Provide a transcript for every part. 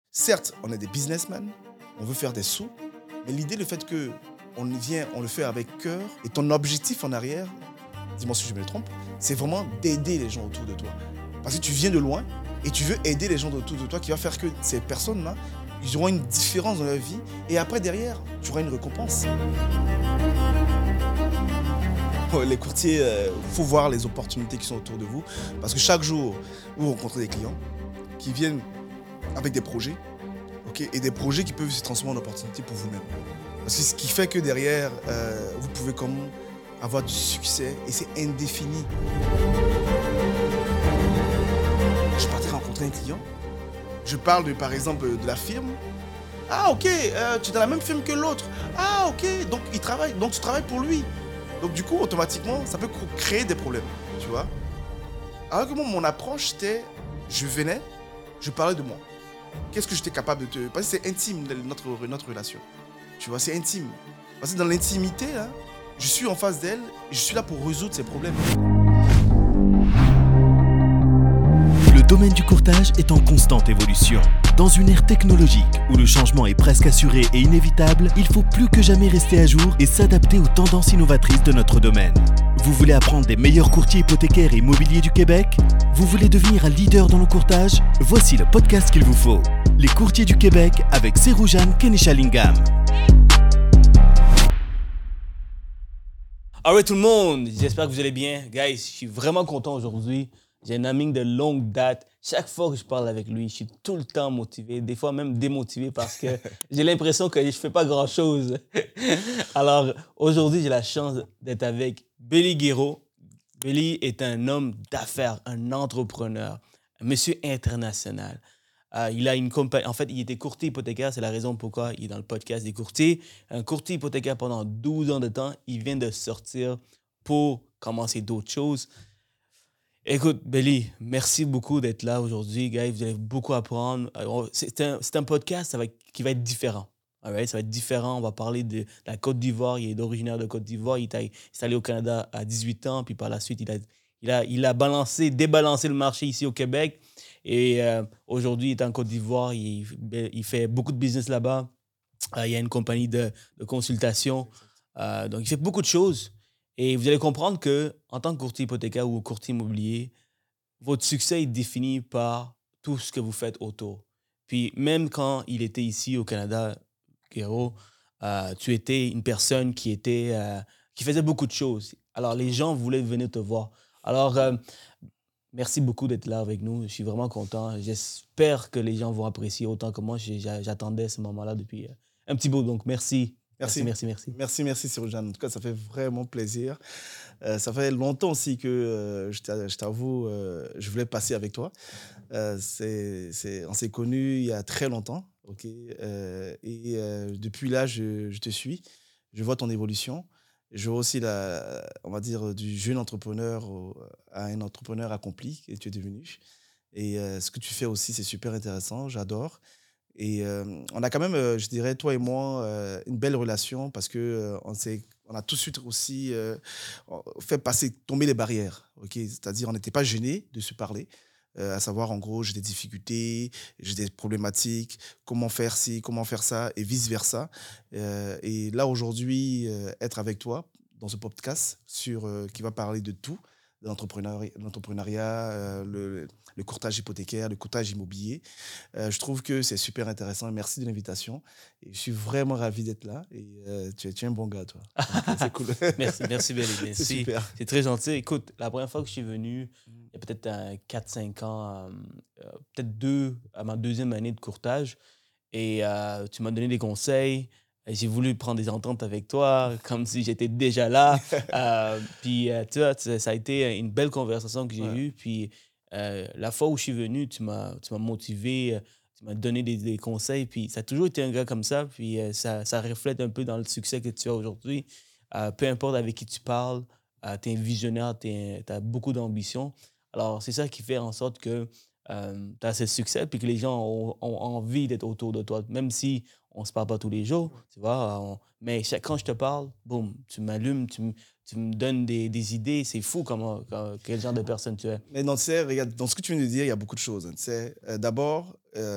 Certes, on est des businessmen, on veut faire des sous, mais l'idée, le fait que on y vient, on le fait avec cœur, et ton objectif en arrière, dis-moi si je me trompe, c'est vraiment d'aider les gens autour de toi. Parce que tu viens de loin et tu veux aider les gens autour de toi qui va faire que ces personnes-là, ils auront une différence dans leur vie et après, derrière, tu auras une récompense. Les courtiers, il faut voir les opportunités qui sont autour de vous parce que chaque jour, vous rencontrez des clients qui viennent avec des projets, ok, et des projets qui peuvent se transformer en opportunités pour vous-même. Parce que ce qui fait que derrière, vous pouvez comme avoir du succès et c'est indéfini. Je partais rencontrer un client, je parle par exemple de la firme. Ah ok, tu es dans la même firme que l'autre. Ah ok, donc il travaille, donc tu travailles pour lui. Donc du coup, automatiquement, ça peut créer des problèmes, tu vois. Alors que moi, mon approche, c'était, je venais, je parlais de moi. Qu'est-ce que j'étais capable de te... Parce que c'est intime, notre relation. Tu vois, c'est intime. Parce que dans l'intimité, hein, je suis en face d'elle et je suis là pour résoudre ses problèmes. Le domaine du courtage est en constante évolution. Dans une ère technologique où le changement est presque assuré et inévitable, il faut plus que jamais rester à jour et s'adapter aux tendances innovatrices de notre domaine. Vous voulez apprendre des meilleurs courtiers hypothécaires et immobiliers du Québec? Vous voulez devenir un leader dans le courtage? Voici le podcast qu'il vous faut. Les courtiers du Québec avec Seroujane Kenishalingam. Alright tout le monde, j'espère que vous allez bien. Guys, je suis vraiment content aujourd'hui. J'ai un ami de longue date. Chaque fois que je parle avec lui, je suis tout le temps motivé, des fois même démotivé parce que j'ai l'impression que je ne fais pas grand-chose. Alors aujourd'hui, j'ai la chance d'être avec Belly Guiraud. Belly est un homme d'affaires, un entrepreneur, un monsieur international. Il a une compagnie. En fait, il était courtier hypothécaire. C'est la raison pourquoi il est dans le podcast des courtiers. Un courtier hypothécaire pendant 12 ans de temps. Il vient de sortir pour commencer d'autres choses. Écoute, Belly, merci beaucoup d'être là aujourd'hui, guys. Vous allez beaucoup apprendre. C'est un podcast qui va être différent. All right? Ça va être différent. On va parler de la Côte d'Ivoire. Il est originaire de Côte d'Ivoire. Il est allé au Canada à 18 ans. Puis par la suite, il a débalancé le marché ici au Québec. Et aujourd'hui, il est en Côte d'Ivoire. Il fait beaucoup de business là-bas. Il y a une compagnie de consultation. Donc, il fait beaucoup de choses. Et vous allez comprendre qu'en tant que courtier hypothécaire ou courtier immobilier, votre succès est défini par tout ce que vous faites autour. Puis même quand il était ici au Canada, Guiraud, tu étais une personne qui faisait beaucoup de choses. Alors les gens voulaient venir te voir. Alors merci beaucoup d'être là avec nous. Je suis vraiment content. J'espère que les gens vont apprécier autant que moi. J'attendais ce moment-là depuis un petit bout. Donc merci. Merci. Merci, Seroujane. En tout cas, ça fait vraiment plaisir. Ça fait longtemps aussi que, je t'avoue, je voulais passer avec toi. On s'est connus il y a très longtemps. Okay, depuis là, je te suis. Je vois ton évolution. Je vois aussi, on va dire, du jeune entrepreneur à un entrepreneur accompli que tu es devenu. Et ce que tu fais aussi, c'est super intéressant. J'adore. Et on a quand même, je dirais, toi et moi, une belle relation parce que on a tout de suite aussi fait tomber les barrières. Okay, c'est-à-dire, on n'était pas gênés de se parler. À savoir, en gros, j'ai des difficultés, j'ai des problématiques, comment faire ci, comment faire ça, et vice-versa. Et là, aujourd'hui, être avec toi dans ce podcast qui va parler de tout, de l'entrepreneuriat, le courtage hypothécaire, le courtage immobilier. Je trouve que c'est super intéressant. Merci de l'invitation. Et je suis vraiment ravi d'être là. Et tu es un bon gars, toi. Donc, c'est cool. Merci, Belly. C'est super. C'est très gentil. Écoute, la première fois que je suis venu, il y a peut-être 4-5 ans, peut-être à ma deuxième année de courtage, et tu m'as donné des conseils. J'ai voulu prendre des ententes avec toi, comme si j'étais déjà là. Puis, tu vois, ça a été une belle conversation que j'ai eue. Puis, la fois où je suis venu, tu m'as motivé, tu m'as donné des conseils. Puis, ça a toujours été un gars comme ça. Puis, ça reflète un peu dans le succès que tu as aujourd'hui. Peu importe avec qui tu parles, tu es un visionnaire, tu as beaucoup d'ambition. Alors, c'est ça qui fait en sorte que tu as ce succès puis que les gens ont envie d'être autour de toi, même si on ne se parle pas tous les jours, tu vois. Mais quand je te parle, boum, tu m'allumes, tu me donnes des idées. C'est fou quel genre de personne tu es. Mais non, tu sais, regarde, dans ce que tu viens de dire, il y a beaucoup de choses. Tu sais. D'abord,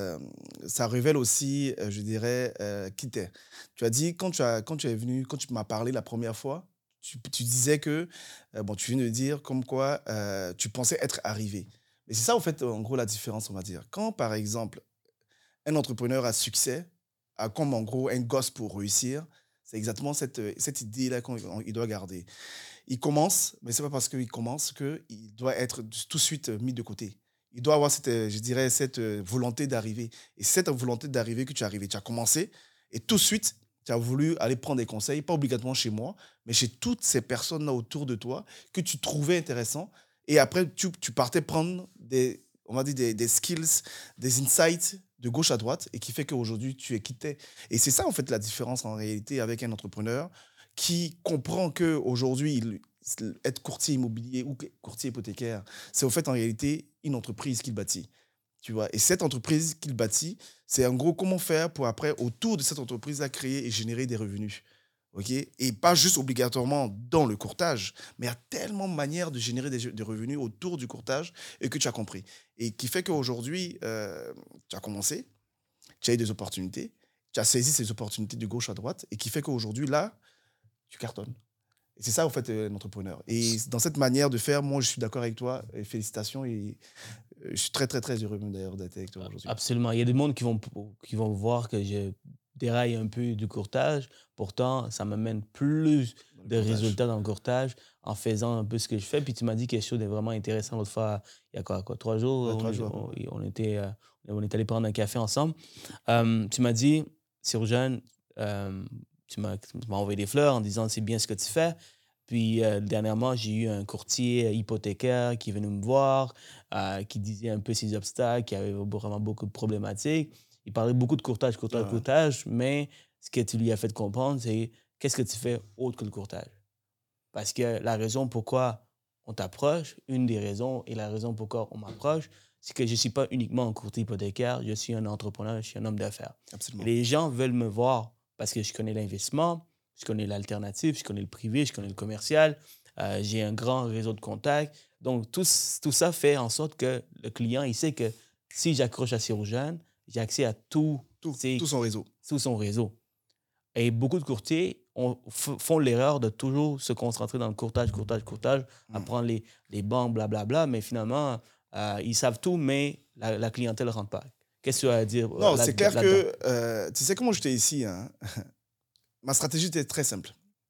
ça révèle aussi, je dirais, qui t'es. Tu as dit, quand tu es venu, quand tu m'as parlé la première fois, tu disais que, bon, tu viens de dire comme quoi tu pensais être arrivé. Mais c'est ça, en fait, en gros, la différence, on va dire. Quand, par exemple, un entrepreneur a succès, a comme en gros un gosse pour réussir, c'est exactement cette idée-là qu'il doit garder. Il commence, mais ce n'est pas parce qu'il commence qu'il doit être tout de suite mis de côté. Il doit avoir je dirais, cette volonté d'arriver. Et c'est cette volonté d'arriver que tu es arrivé. Tu as commencé et tout de suite, tu as voulu aller prendre des conseils, pas obligatoirement chez moi, mais chez toutes ces personnes-là autour de toi que tu trouvais intéressants. Et après, tu partais prendre on va dire des skills, des insights de gauche à droite et qui fait qu'aujourd'hui, tu es quitté. Et c'est ça, en fait, la différence en réalité avec un entrepreneur qui comprend qu'aujourd'hui, être courtier immobilier ou courtier hypothécaire, c'est en fait en réalité une entreprise qu'il bâtit. Tu vois? Et cette entreprise qu'il bâtit, c'est en gros comment faire pour après, autour de cette entreprise-là, créer et générer des revenus. OK? Et pas juste obligatoirement dans le courtage, mais il y a tellement de manières de générer des revenus autour du courtage et que tu as compris. Et qui fait qu'aujourd'hui, tu as commencé, tu as eu des opportunités, tu as saisi ces opportunités de gauche à droite et qui fait qu'aujourd'hui, là, tu cartonnes. Et c'est ça, en fait, un entrepreneur. Et dans cette manière de faire, moi, je suis d'accord avec toi. Et félicitations. Et je suis très, très, très heureux, même, d'ailleurs, d'être avec toi aujourd'hui. Absolument. Il y a des mondes qui vont voir que je déraille un peu du courtage. Pourtant, ça m'amène plus Dans le de courtage. résultats dans le courtage en faisant un peu ce que je fais. Puis tu m'as dit quelque chose de vraiment intéressant l'autre fois, il y a quoi 3 jours? Ouais, 3 jours. On est allé prendre un café ensemble. Tu m'as dit, Sirojane, tu m'as envoyé des fleurs en disant c'est bien ce que tu fais. Puis dernièrement, j'ai eu un courtier hypothécaire qui est venu me voir, qui disait un peu ses obstacles, qui avait vraiment beaucoup de problématiques. Il parlait beaucoup de courtage, courtage, Ouais. courtage, mais ce que tu lui as fait comprendre, c'est qu'est-ce que tu fais autre que le courtage. Parce que la raison pourquoi on t'approche, une des raisons et la raison pourquoi on m'approche, c'est que je ne suis pas uniquement un courtier hypothécaire, je suis un entrepreneur, je suis un homme d'affaires. Absolument. Et les gens veulent me voir parce que je connais l'investissement, je connais l'alternative, je connais le privé, je connais le commercial, j'ai un grand réseau de contacts. Donc, tout ça fait en sorte que le client, il sait que si j'accroche à Sirojane, j'ai accès à tout Tout son réseau. son réseau. Et beaucoup de courtiers font l'erreur de toujours se concentrer dans le courtage, courtage, courtage, à prendre les banques, blablabla, mais finalement, ils savent tout, mais la clientèle ne rentre pas. Qu'est-ce que tu as à dire Non, c'est clair là-dedans? que, tu sais comment j'étais ici, hein? Ma stratégie était très simple.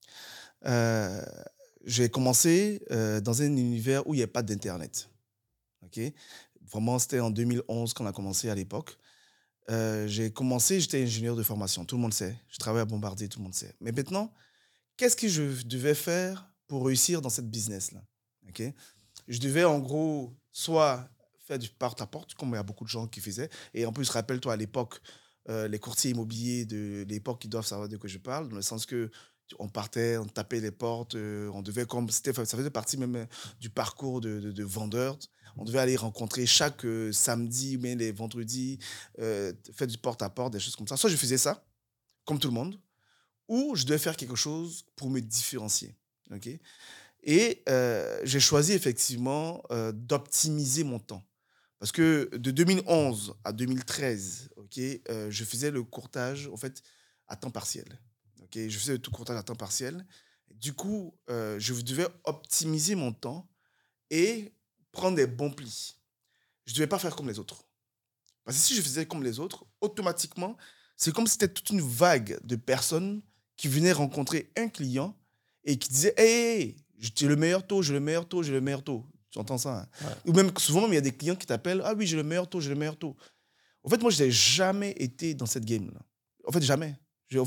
Euh, j'ai commencé dans un univers où il n'y a pas d'Internet. OK? Vraiment, c'était en 2011 qu'on a commencé à l'époque. J'ai commencé, j'étais ingénieur de formation, tout le monde sait. Je travaille à Bombardier, tout le monde sait. Mais maintenant, qu'est-ce que je devais faire pour réussir dans cette business-là? OK? Je devais en gros soit faire du porte-à-porte, comme il y a beaucoup de gens qui faisaient. Et en plus, rappelle-toi, à l'époque, les courtiers immobiliers de l'époque, ils doivent savoir de quoi je parle, dans le sens que on partait, on tapait les portes, on devait, ça faisait partie même du parcours de vendeur. On devait aller rencontrer chaque samedi ou bien les vendredis, faire du porte-à-porte, des choses comme ça. Soit je faisais ça, comme tout le monde, ou je devais faire quelque chose pour me différencier. OK? Et j'ai choisi effectivement d'optimiser mon temps. Parce que de 2011 à 2013, OK, je faisais le courtage en fait, à temps partiel. OK? Je faisais tout courtage à temps partiel. Du coup, je devais optimiser mon temps et prendre des bons plis. Je ne devais pas faire comme les autres. Parce que si je faisais comme les autres, automatiquement, c'est comme si c'était toute une vague de personnes qui venaient rencontrer un client et qui disaient hey, j'ai le meilleur taux, j'ai le meilleur taux, j'ai le meilleur taux. Tu entends ça, hein? Ouais. Ou même souvent, il y a des clients qui t'appellent ah oui, j'ai le meilleur taux, j'ai le meilleur taux. En fait, moi, je n'ai jamais été dans cette game-là. En fait, jamais.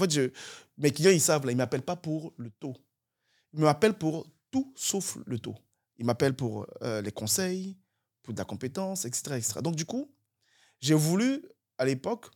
Mes clients, ils savent, là, ils ne m'appellent pas pour le taux. Ils m'appellent pour tout sauf le taux. Ils m'appellent pour les conseils, pour de la compétence, etc., etc. Donc, du coup, j'ai voulu, à l'époque,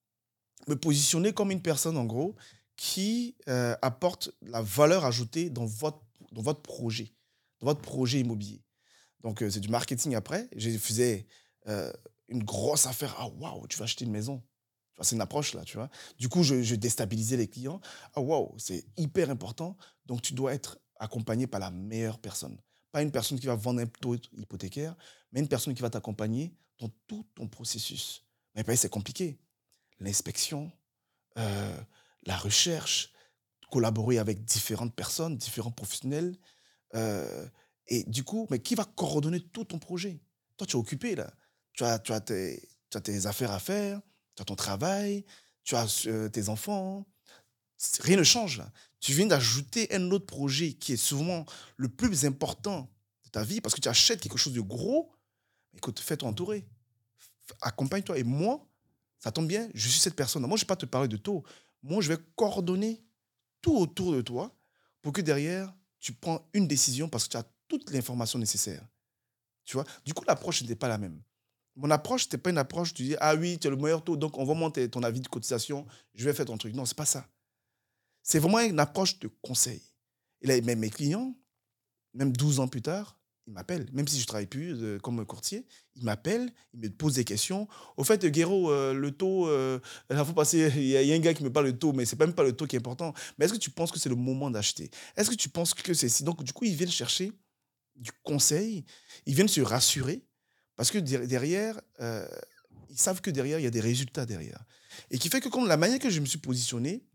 me positionner comme une personne, en gros, qui apporte la valeur ajoutée dans votre projet immobilier. Donc, c'est du marketing après. Je faisais une grosse affaire. Ah, waouh, tu vas acheter une maison. Tu vois, c'est une approche, là, tu vois. Du coup, je déstabilisais les clients. Ah, waouh, c'est hyper important. Donc, tu dois être accompagné par la meilleure personne. Pas une personne qui va vendre un taux hypothécaire, mais une personne qui va t'accompagner dans tout ton processus. Mais pareil, c'est compliqué. L'inspection, euh, la recherche, collaborer avec différentes personnes, différents professionnels. euh, et du coup, mais qui va coordonner tout ton projet? Toi, tu es occupé, là. Tu as tes affaires à faire, tu as ton travail, tu as tes enfants. Rien ne change, là. Tu viens d'ajouter un autre projet qui est souvent le plus important de ta vie parce que tu achètes quelque chose de gros. Écoute, fais-toi entourer. Accompagne-toi. Et moi, ça tombe bien, je suis cette personne. Moi, je ne vais pas te parler de taux. Moi, je vais coordonner tout autour de toi pour que derrière, tu prends une décision parce que tu as toute l'information nécessaire. Tu vois? Du coup, l'approche n'était pas la même. Mon approche, c'était pas une approche, tu dis, ah oui, tu as le meilleur taux, donc on va monter ton avis de cotisation, je vais faire ton truc. Non, c'est pas ça. C'est vraiment une approche de conseil. Et là, même mes clients, même 12 ans plus tard, ils m'appellent. Même si je ne travaille plus comme courtier, ils m'appellent, ils me posent des questions. Au fait, Guéraud, le taux, la fois passée, il y a un gars qui me parle de taux, mais ce n'est même pas le taux qui est important. Mais est-ce que tu penses que c'est le moment d'acheter? Est-ce que tu penses que c'est si? Donc, du coup, ils viennent chercher du conseil, ils viennent se rassurer, parce que derrière, ils savent que derrière, il y a des résultats derrière. Et qui fait que comme la manière que je me suis positionné,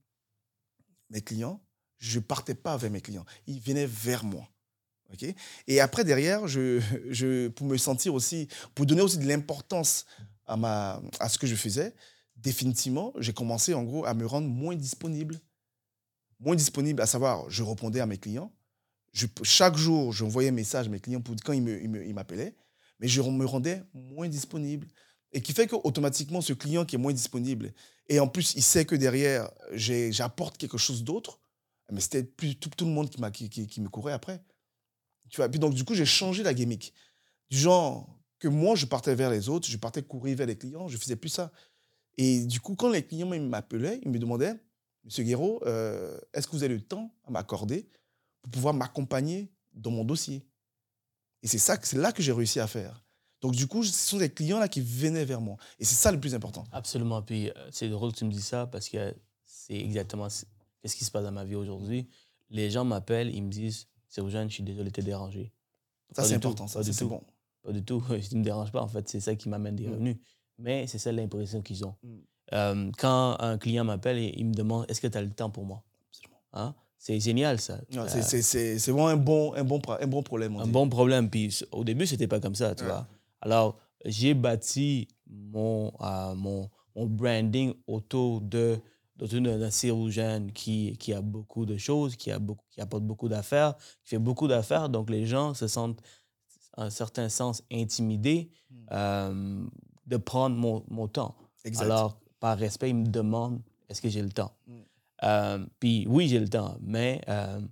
mes clients, je ne partais pas vers mes clients. Ils venaient vers moi. Ok. Et après, derrière, pour me sentir aussi, pour donner aussi de l'importance à ce que je faisais, définitivement, j'ai commencé en gros à me rendre moins disponible. Moins disponible, à savoir, je répondais à mes clients. Chaque jour, j'envoyais un message à mes clients quand ils m'appelaient, mais je me rendais moins disponible. Et qui fait qu'automatiquement, ce client qui est moins disponible, et en plus, il sait que derrière, j'apporte quelque chose d'autre, mais c'était plus tout le monde qui me courait après. Tu vois, puis donc, du coup, j'ai changé la gimmick. Du genre que moi, je partais vers les autres, je partais courir vers les clients, je ne faisais plus ça. Et du coup, quand les clients m'appelaient, ils me demandaient, Monsieur Guéraud, est-ce que vous avez le temps à m'accorder pour pouvoir m'accompagner dans mon dossier? Et c'est là que j'ai réussi à faire. Donc, du coup, ce sont des clients-là qui venaient vers moi. Et c'est ça le plus important. Absolument. Puis c'est drôle que tu me dis ça parce que c'est exactement ce qui se passe dans ma vie aujourd'hui. Les gens m'appellent, ils me disent, Serujane, je suis désolé de te déranger. Ça, c'est important. Ça, c'est bon. Pas du tout. Tu ne me déranges pas, en fait. C'est ça qui m'amène des revenus. Mais c'est ça l'impression qu'ils ont. Quand un client m'appelle et il me demande, est-ce que tu as le temps pour moi? Absolument. Hein? C'est génial, ça. C'est vraiment un bon problème. Un bon problème. Puis au début, c'était pas comme ça, tu vois. Alors, j'ai bâti mon branding autour d'un chirurgien qui a beaucoup de choses, qui apporte beaucoup d'affaires, qui fait beaucoup d'affaires. Donc, les gens se sentent, en un certain sens, intimidés de prendre mon temps. Exact. Alors, par respect, ils me demandent, est-ce que j'ai le temps? Puis oui, j'ai le temps, mais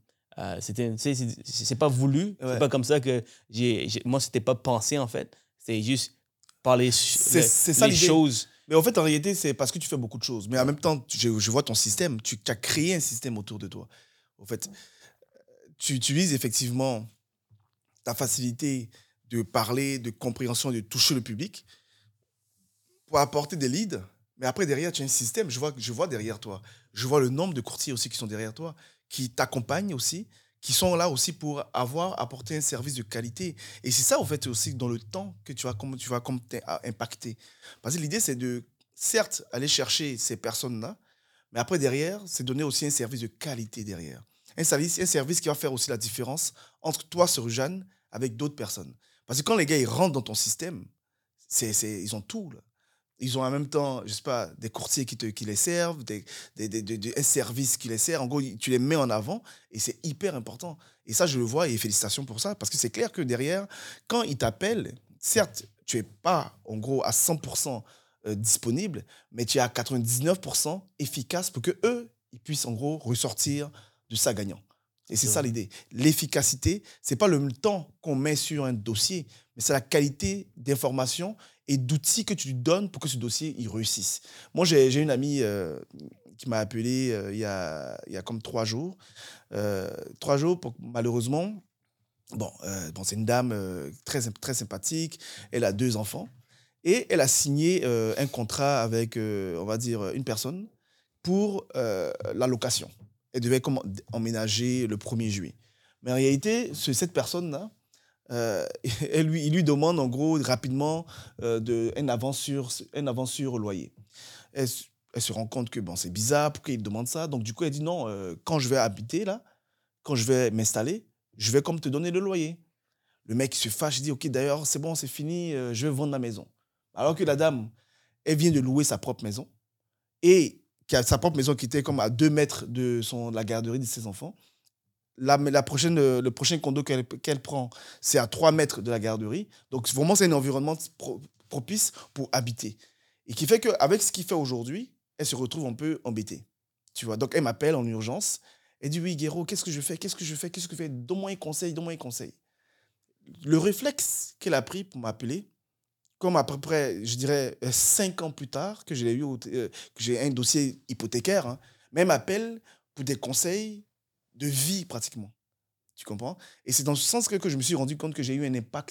c'est pas voulu. Ouais. C'est pas comme ça que moi, c'était pas pensé, en fait. C'est juste parler les choses. Mais en fait, en réalité, c'est parce que tu fais beaucoup de choses. Mais en même temps, je vois ton système. Tu as créé un système autour de toi. En fait, tu utilises effectivement ta facilité de parler, de compréhension, de toucher le public pour apporter des leads. Mais après, derrière, tu as un système. Je vois derrière toi. Je vois le nombre de courtiers aussi qui sont derrière toi, qui t'accompagnent aussi, qui sont là aussi pour apporter un service de qualité. Et c'est ça, en fait, aussi dans le temps que tu vas impacter. Parce que l'idée, c'est de, certes, aller chercher ces personnes-là, mais après, derrière, c'est donner aussi un service de qualité derrière. Un service qui va faire aussi la différence entre toi, Serujane, avec d'autres personnes. Parce que quand les gars, ils rentrent dans ton système, ils ont tout, là. Ils ont en même temps, je sais pas, des courtiers qui les servent, un service qui les sert. En gros, tu les mets en avant et c'est hyper important. Et ça, je le vois et félicitations pour ça. Parce que c'est clair que derrière, quand ils t'appellent, certes, tu n'es pas, en gros, à 100% disponible, mais tu es à 99% efficace pour qu'eux, ils puissent, en gros, ressortir de ça gagnant. Et c'est ça l'idée. L'efficacité, ce n'est pas le temps qu'on met sur un dossier, mais c'est la qualité d'information et d'outils que tu lui donnes pour que ce dossier il réussisse. Moi, j'ai une amie qui m'a appelé il y a comme 3 jours. 3 jours, malheureusement, c'est une dame très, très sympathique. Elle a 2 enfants. Et elle a signé un contrat avec, on va dire, une personne pour la location. Elle devait emménager le 1er juillet. Mais en réalité, cette personne-là, il lui demande en gros rapidement un avance sur le loyer. Elle se rend compte que bon, c'est bizarre, pourquoi il demande ça. Donc du coup, elle dit non, quand je vais habiter là, quand je vais m'installer, je vais comme te donner le loyer. Le mec se fâche, il dit ok, d'ailleurs, c'est bon, c'est fini, je vais vendre la maison. Alors que la dame, elle vient de louer sa propre maison et qui a sa propre maison qui était comme à 2 mètres de la garderie de ses enfants. Le prochain condo qu'elle prend, c'est à 3 mètres de la garderie. Donc, vraiment, c'est un environnement propice pour habiter. Et qui fait qu'avec ce qu'il fait aujourd'hui, elle se retrouve un peu embêtée. Tu vois? Donc, elle m'appelle en urgence. Elle dit, oui, Guéraud, qu'est-ce que je fais? Donne-moi un conseil. Le réflexe qu'elle a pris pour m'appeler, comme à peu près, je dirais, 5 ans plus tard, que j'ai un dossier hypothécaire, hein, mais elle m'appelle pour des conseils de vie pratiquement. Tu comprends? Et c'est dans ce sens que je me suis rendu compte que j'ai eu un impact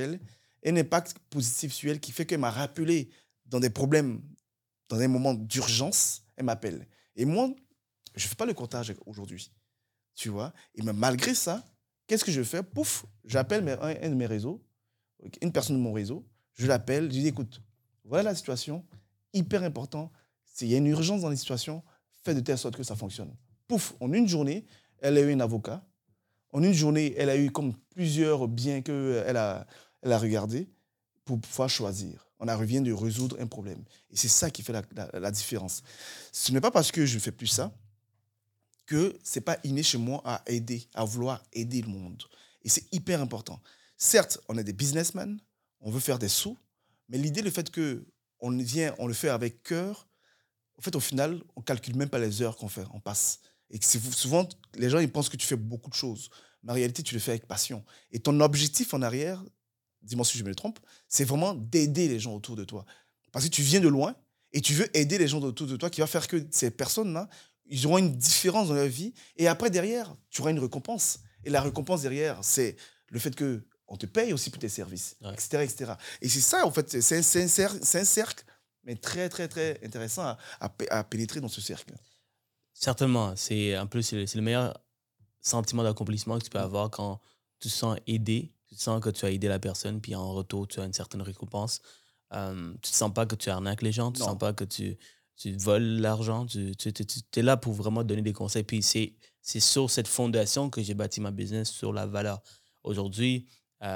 positif sur elle qui fait qu'elle m'a rappelé dans des problèmes, dans des moments d'urgence, elle m'appelle. Et moi, je ne fais pas le courtage aujourd'hui. Tu vois? Et même malgré ça, qu'est-ce que je fais? Pouf, j'appelle un de mes réseaux, une personne de mon réseau, je l'appelle, je lui dis écoute, voilà la situation, hyper important, s'il y a une urgence dans les situations, fais de telle sorte que ça fonctionne. Pouf, en une journée, elle a eu un avocat. En une journée, elle a eu comme plusieurs biens qu'elle a regardés pour pouvoir choisir. On revient de résoudre un problème. Et c'est ça qui fait la différence. Ce n'est pas parce que je ne fais plus ça que ce n'est pas inné chez moi à vouloir aider le monde. Et c'est hyper important. Certes, on est des businessmen, on veut faire des sous, mais l'idée, le fait qu'on le fait avec cœur, en fait, au final, on ne calcule même pas les heures qu'on fait, on passe. Et souvent, les gens ils pensent que tu fais beaucoup de choses. Mais en réalité, tu le fais avec passion. Et ton objectif en arrière, dis-moi si je me trompe, c'est vraiment d'aider les gens autour de toi. Parce que tu viens de loin et tu veux aider les gens autour de toi qui va faire que ces personnes-là, ils auront une différence dans leur vie. Et après, derrière, tu auras une récompense. Et la récompense derrière, c'est le fait qu'on te paye aussi pour tes services, Ouais. etc., etc. Et c'est ça, en fait, c'est un cercle, mais très, très, très intéressant à pénétrer dans ce cercle. Certainement. C'est le meilleur sentiment d'accomplissement que tu peux avoir quand tu te sens aidé, tu te sens que tu as aidé la personne, puis en retour, tu as une certaine récompense. Tu ne te sens pas que tu arnaques les gens, tu ne Non. sens pas que tu voles l'argent, tu es là pour vraiment donner des conseils. Puis c'est sur cette fondation que j'ai bâti ma business, sur la valeur. Aujourd'hui,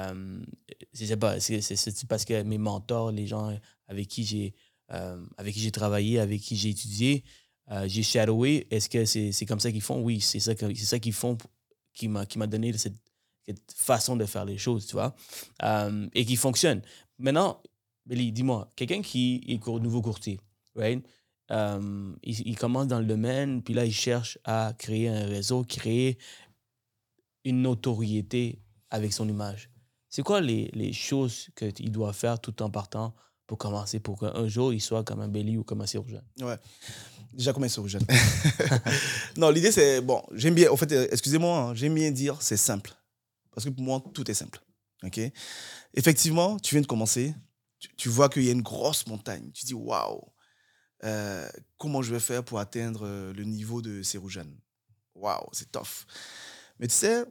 je sais pas, c'est parce que mes mentors, les gens avec qui j'ai travaillé, avec qui j'ai étudié, j'ai shadowé. Est-ce que c'est comme ça qu'ils font? Oui, c'est ça qu'ils font qui m'a donné cette façon de faire les choses, tu vois, et qui fonctionne. Maintenant, Belly, dis-moi, quelqu'un qui est nouveau courtier, right? Il commence dans le domaine, puis là, il cherche à créer un réseau, créer une notoriété avec son image. C'est quoi les choses qu'il doit faire tout en partant pour commencer, pour qu'un jour, il soit comme un Belly ou comme un Seroujane? Ouais. Déjà, comment c'est jeune? Non, l'idée, c'est... Bon, j'aime bien... En fait, excusez-moi, hein, j'aime bien dire c'est simple. Parce que pour moi, tout est simple. OK? Effectivement, tu viens de commencer. Tu vois qu'il y a une grosse montagne. Tu dis, waouh, comment je vais faire pour atteindre le niveau de Seroujane? Waouh, c'est tough. Mais tu sais,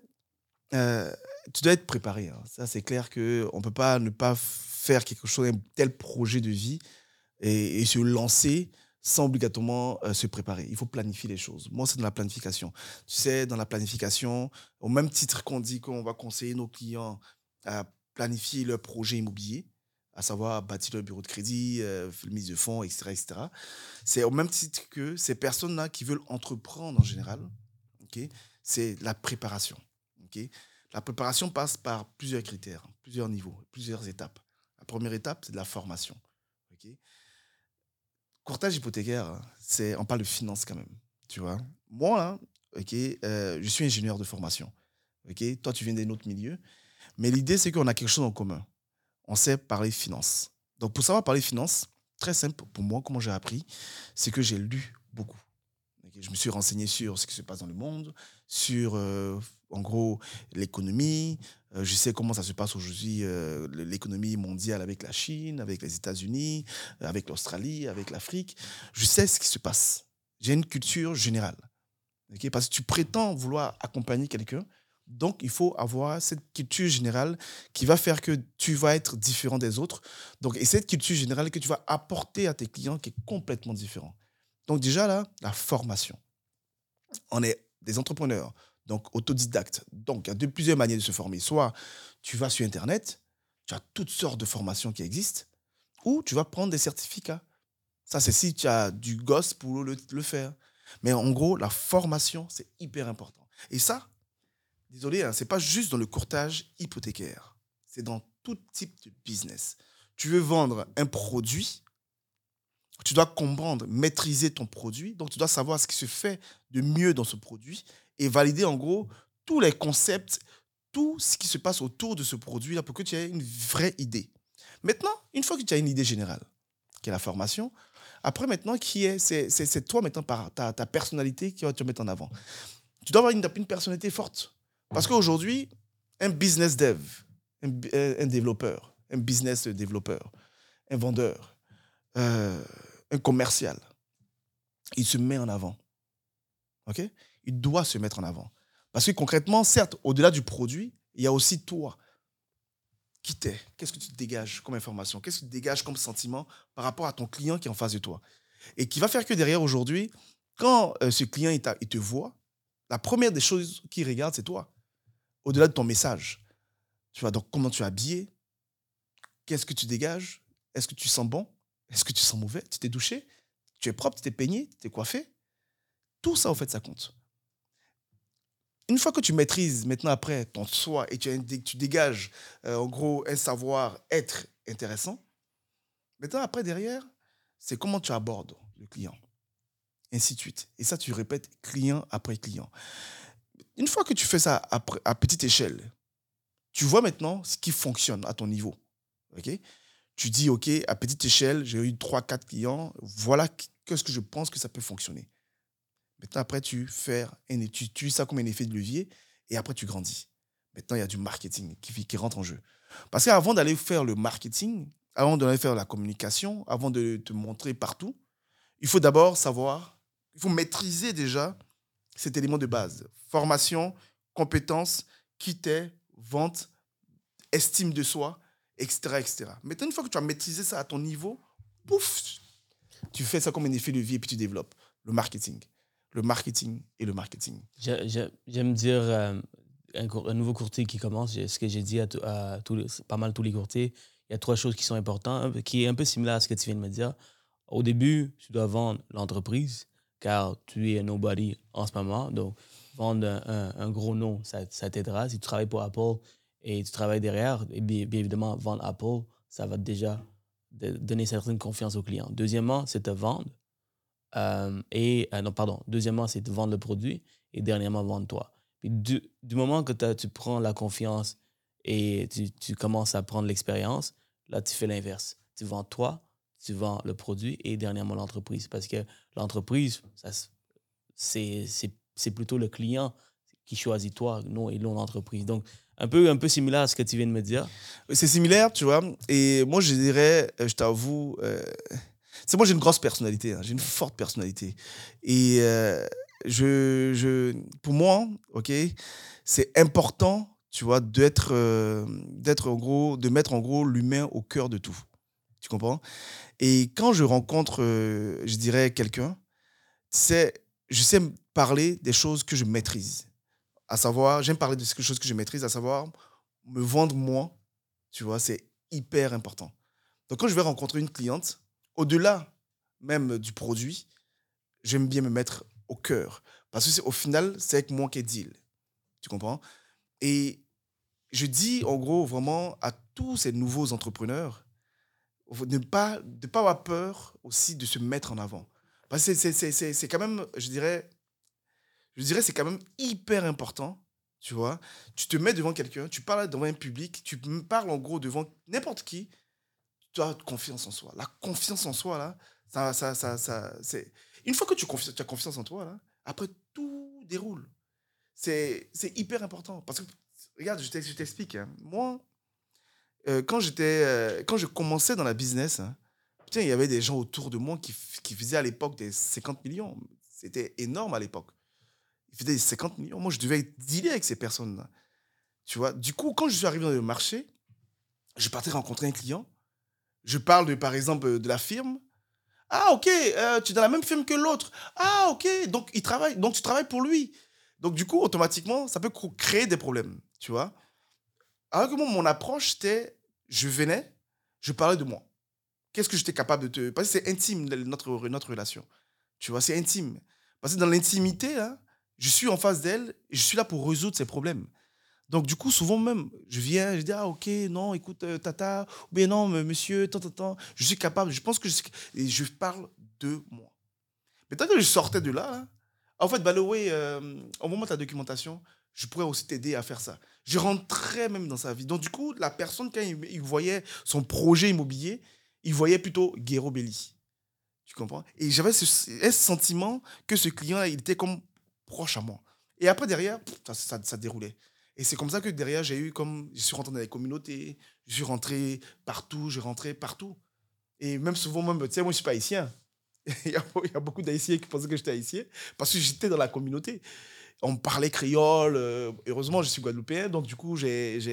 tu dois être préparé. Hein. Ça, c'est clair qu'on ne peut pas ne pas faire quelque chose, un tel projet de vie et se lancer sans obligatoirement se préparer. Il faut planifier les choses. Moi, c'est dans la planification. Tu sais, dans la planification, au même titre qu'on dit qu'on va conseiller nos clients à planifier leur projet immobilier, à savoir bâtir leur bureau de crédit, mise de fonds, etc., etc. C'est au même titre que ces personnes-là qui veulent entreprendre en général, okay, c'est la préparation. Okay. La préparation passe par plusieurs critères, plusieurs niveaux, plusieurs étapes. La première étape, c'est de la formation. Okay. Courtage hypothécaire, on parle de finance quand même, tu vois. Moi, là, je suis ingénieur de formation. Okay. Toi, tu viens d'un autre milieu. Mais l'idée, c'est qu'on a quelque chose en commun. On sait parler finance. Donc, pour savoir parler finance, très simple pour moi, comment j'ai appris, c'est que j'ai lu beaucoup. Ok, je me suis renseigné sur ce qui se passe dans le monde, sur, en gros, l'économie. Je sais comment ça se passe aujourd'hui, l'économie mondiale avec la Chine, avec les États-Unis, avec l'Australie, avec l'Afrique. Je sais ce qui se passe. J'ai une culture générale. Ok. Parce que tu prétends vouloir accompagner quelqu'un, donc il faut avoir cette culture générale qui va faire que tu vas être différent des autres. Donc, et cette culture générale que tu vas apporter à tes clients qui est complètement différent. Donc déjà là, la formation. On est des entrepreneurs, donc autodidactes. Donc il y a plusieurs manières de se former. Soit tu vas sur Internet, tu as toutes sortes de formations qui existent, ou tu vas prendre des certificats. Ça, c'est si tu as du gosse pour le faire. Mais en gros, la formation, c'est hyper important. Et ça, désolé, hein, ce n'est pas juste dans le courtage hypothécaire. C'est dans tout type de business. Tu veux vendre un produit, tu dois comprendre, maîtriser ton produit. Donc, tu dois savoir ce qui se fait de mieux dans ce produit et valider, en gros, tous les concepts, tout ce qui se passe autour de ce produit-là pour que tu aies une vraie idée. Maintenant, une fois que tu as une idée générale, qui est la formation, après, maintenant, c'est toi, maintenant, par ta personnalité qui va te mettre en avant. Tu dois avoir une personnalité forte. Parce qu'aujourd'hui, un business dev, un développeur, un business développeur, un vendeur, un commercial, il se met en avant. OK? Il doit se mettre en avant. Parce que concrètement, certes, au-delà du produit, il y a aussi toi. Qui t'es? Qu'est-ce que tu dégages comme information? Qu'est-ce que tu dégages comme sentiment par rapport à ton client qui est en face de toi? Et qui va faire que derrière, aujourd'hui, quand ce client il te voit, la première des choses qu'il regarde, c'est toi. Au-delà de ton message. Tu vois, donc comment tu es habillé? Qu'est-ce que tu dégages? Est-ce que tu sens bon? Est-ce que tu sens mauvais? Tu t'es douché? Tu es propre? Tu t'es peigné? Tu t'es coiffé? Tout ça, en fait, ça compte. Une fois que tu maîtrises maintenant après ton soi et tu dégages, en gros, un savoir-être intéressant, maintenant après derrière, c'est comment tu abordes le client. Ainsi de suite. Et ça, tu répètes client après client. Une fois que tu fais ça à petite échelle, tu vois maintenant ce qui fonctionne à ton niveau. Okay? Tu dis, OK, à petite échelle, j'ai eu 3-4 clients, voilà qu'est-ce que je pense que ça peut fonctionner. Maintenant, après, tu utilises ça comme un effet de levier et après, tu grandis. Maintenant, il y a du marketing qui rentre en jeu. Parce qu'avant d'aller faire le marketing, avant d'aller faire la communication, avant de te montrer partout, il faut d'abord savoir, il faut maîtriser déjà cet élément de base. Formation, compétences, qui t'es, vente, estime de soi, etc., etc. Maintenant, une fois que tu as maîtrisé ça à ton niveau, pouf, tu fais ça comme un effet de levier et puis tu développes le marketing. Le marketing et le marketing. J'aime dire un nouveau courtier qui commence, ce que j'ai dit à pas mal tous les courtiers, il y a 3 choses qui sont importantes, qui est un peu similaire à ce que tu viens de me dire. Au début, tu dois vendre l'entreprise, car tu es un nobody en ce moment. Donc, vendre un gros nom, ça t'aidera. Si tu travailles pour Apple et tu travailles derrière, et bien évidemment, vendre Apple, ça va déjà donner certaine confiance au client. Deuxièmement, c'est te vendre. Deuxièmement, c'est de vendre le produit et dernièrement, vendre toi. Puis du moment que tu prends la confiance et tu commences à prendre l'expérience, là, tu fais l'inverse. Tu vends toi, tu vends le produit et dernièrement l'entreprise. Parce que l'entreprise, c'est plutôt le client qui choisit toi, non l'entreprise. Donc, un peu similaire à ce que tu viens de me dire. C'est similaire, tu vois. Et moi, je dirais, je t'avoue, moi, j'ai une grosse personnalité. Hein. J'ai une forte personnalité. Et pour moi, OK, c'est important, tu vois, de mettre en gros l'humain au cœur de tout. Tu comprends? Et quand je rencontre, je dirais, quelqu'un, je sais parler des choses que je maîtrise. À savoir, j'aime parler de quelque chose que je maîtrise, à savoir me vendre moi, tu vois, c'est hyper important. Donc, quand je vais rencontrer une cliente, au-delà même du produit, j'aime bien me mettre au cœur. Parce que au final, c'est avec moi qu'elle deal. Tu comprends? Et je dis, en gros, vraiment à tous ces nouveaux entrepreneurs, de ne pas avoir peur aussi de se mettre en avant. Parce que c'est quand même, je dirais, c'est quand même hyper important, tu vois. Tu te mets devant quelqu'un, tu parles devant un public, tu parles en gros devant n'importe qui, tu as confiance en soi. La confiance en soi, là, c'est... Une fois que tu as confiance en toi, là, après, tout déroule. C'est hyper important. Parce que, regarde, je t'explique. Hein. Moi, quand je commençais dans la business, hein, putain, il y avait des gens autour de moi qui faisaient à l'époque des 50 millions. C'était énorme à l'époque. Ils faisaient des 50 millions. Moi, je devais dealer avec ces personnes-là. Tu vois? Du coup, quand je suis arrivé dans le marché, je partais rencontrer un client. Je parle, par exemple, de la firme. Ah, ok, tu es dans la même firme que l'autre. Ah, ok, donc tu travailles pour lui. Donc, du coup, automatiquement, ça peut créer des problèmes. Tu vois? Alors que moi, mon approche, c'était, je venais, je parlais de moi. Qu'est-ce que j'étais capable de te... Parce que c'est intime, notre relation. Tu vois, c'est intime. Parce que dans l'intimité, hein, je suis en face d'elle et je suis là pour résoudre ses problèmes. Donc, du coup, souvent même, je viens, je dis, ah, ok, non, écoute, tata, ou bien non, monsieur, tant, je suis capable, je pense que et je parle de moi. Mais tant que je sortais de là, hein, en fait, by the way, au moment de ta documentation, je pourrais aussi t'aider à faire ça. Je rentrais même dans sa vie. Donc, du coup, la personne, quand il voyait son projet immobilier, il voyait plutôt Guéro Belli. Tu comprends? Et j'avais un sentiment que ce client, il était comme proche à moi. Et après, derrière, ça déroulait. Et c'est comme ça que derrière, je suis rentré dans les communautés, je suis rentré partout, je rentrais partout. Et même souvent, même, tu sais, moi, je ne suis pas haïtien. Il y a beaucoup d'Haïtiens qui pensaient que j'étais haïtien parce que j'étais dans la communauté. On parlait créole. Heureusement, je suis guadeloupéen, donc du coup,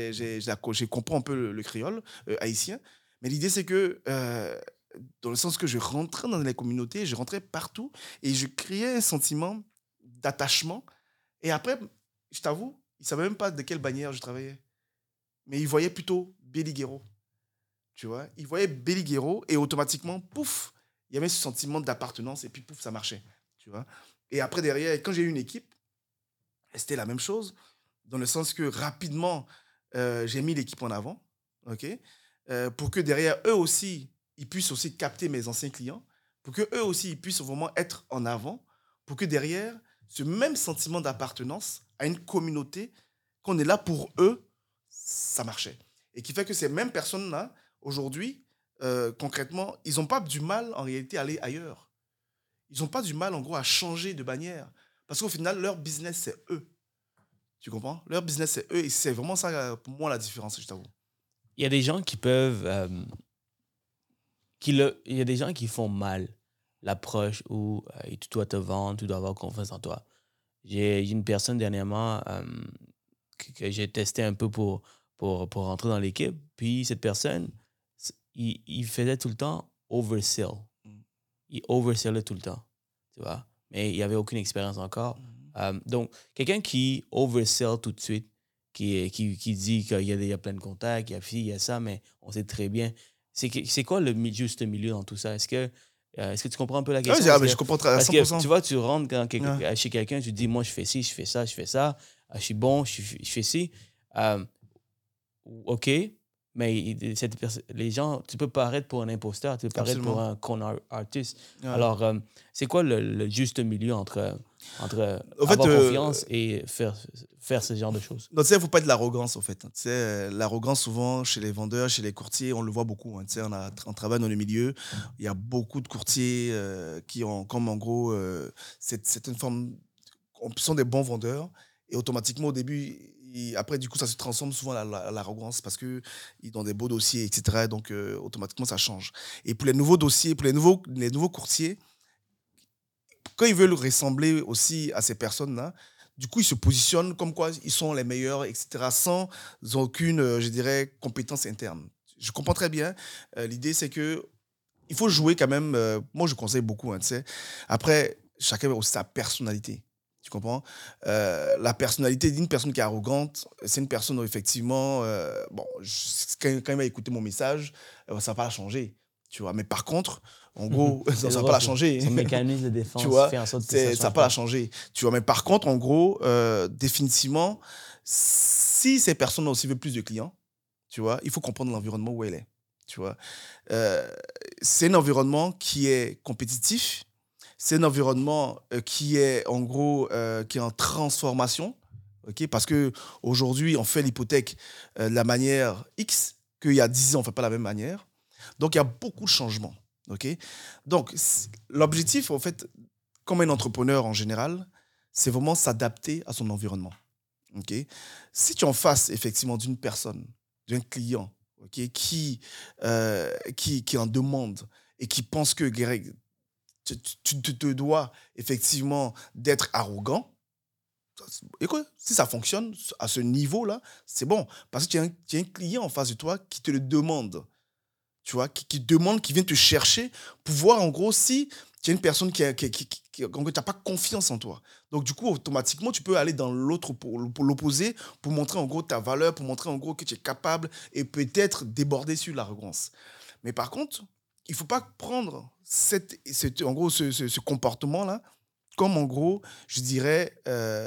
j'ai compris un peu le créole haïtien. Mais l'idée, c'est que, dans le sens que je rentrais dans les communautés, je rentrais partout et je créais un sentiment d'attachement. Et après, je t'avoue, ils ne savaient même pas de quelle bannière je travaillais. Mais ils voyaient plutôt Beliguero. Tu vois? Ils voyaient Beliguero et automatiquement, pouf, il y avait ce sentiment d'appartenance et puis pouf, ça marchait. Tu vois? Et après, derrière, quand j'ai eu une équipe, c'était la même chose, dans le sens que rapidement, j'ai mis l'équipe en avant, ok, pour que derrière, eux aussi, ils puissent aussi capter mes anciens clients, pour que eux aussi, ils puissent vraiment être en avant, pour que derrière, ce même sentiment d'appartenance à une communauté, qu'on est là pour eux, ça marchait. Et qui fait que ces mêmes personnes-là, aujourd'hui, concrètement, ils n'ont pas du mal, en réalité, à aller ailleurs. Ils n'ont pas du mal, en gros, à changer de bannière. Parce qu'au final, leur business, c'est eux. Tu comprends? Leur business, c'est eux. Et c'est vraiment ça, pour moi, la différence, je t'avoue. Il y a des gens qui peuvent... il y a des gens qui font mal l'approche où tu dois te vendre, tu dois avoir confiance en toi. J'ai une personne dernièrement que j'ai testé un peu pour rentrer dans l'équipe. Puis cette personne, il faisait tout le temps oversell. Il oversellait tout le temps, tu vois. Mais il n'y avait aucune expérience encore. Donc, quelqu'un qui oversell tout de suite, qui dit qu'il y a plein de contacts, il y a ci, il y a ça, mais on sait très bien. C'est quoi le juste milieu dans tout ça? Est-ce que tu comprends un peu la question? Oui, je comprends à 100%. Parce que tu vois, tu rentres chez quelqu'un, tu te dis, moi, je fais ci, je fais ça, je suis bon, je fais ci. OK, mais les gens, tu peux paraître pour un imposteur, tu peux paraître pour un con artiste. Ouais. Alors, c'est quoi le juste milieu entre avoir confiance et faire ce genre de choses? Donc, tu sais, il ne faut pas être de l'arrogance, en fait. Tu sais, l'arrogance, souvent, chez les vendeurs, chez les courtiers, on le voit beaucoup. Hein. Tu sais, on travaille dans le milieu. Il y a beaucoup de courtiers qui ont, comme en gros, c'est une forme... Ils sont des bons vendeurs. Et automatiquement, au début... après, du coup, ça se transforme souvent à l'arrogance parce qu'ils ont des beaux dossiers, etc. Donc, automatiquement, ça change. Et pour les nouveaux dossiers, pour les nouveaux courtiers, quand ils veulent ressembler aussi à ces personnes-là, du coup, ils se positionnent comme quoi ils sont les meilleurs, etc., sans aucune, je dirais, compétence interne. Je comprends très bien. L'idée, c'est qu'il faut jouer quand même. Moi, je conseille beaucoup, hein, tu sais. Après, chacun a aussi sa personnalité. Tu comprends? La personnalité d'une personne qui est arrogante, c'est une personne où effectivement, quand il va écouter mon message, ça ne va pas la changer. Tu vois? Mais par contre, en gros, ça ne va pas la changer. Son mécanisme de défense tu vois? fait en sorte que ça ne va pas la changer. Tu vois? Mais par contre, en gros, définitivement, si ces personnes aussi veulent plus de clients, tu vois, il faut comprendre l'environnement où elle est. Tu vois? C'est un environnement qui est compétitif. C'est un environnement qui est en gros qui est en transformation, okay? Parce qu'aujourd'hui, on fait l'hypothèque de la manière X, qu'il y a 10 ans, on ne fait pas la même manière. Donc, il y a beaucoup de changements. Okay? Donc, l'objectif, en fait, comme un entrepreneur en général, c'est vraiment s'adapter à son environnement. Ok. Si tu es en face, effectivement, d'une personne, d'un client, ok, qui en demande et qui pense que Greg, tu te dois effectivement d'être arrogant, écoute, si ça fonctionne à ce niveau-là, c'est bon. Parce que tu as un client en face de toi qui te le demande. Tu vois, qui demande, qui vient te chercher pour voir, en gros, si tu es une personne qui n'a pas confiance en toi. Donc, du coup, automatiquement, tu peux aller dans l'autre, pour l'opposé, pour montrer, en gros, ta valeur, pour montrer, en gros, que tu es capable et peut-être déborder sur l'arrogance. Mais par contre, il ne faut pas prendre en gros, ce comportement-là comme, en gros, je dirais,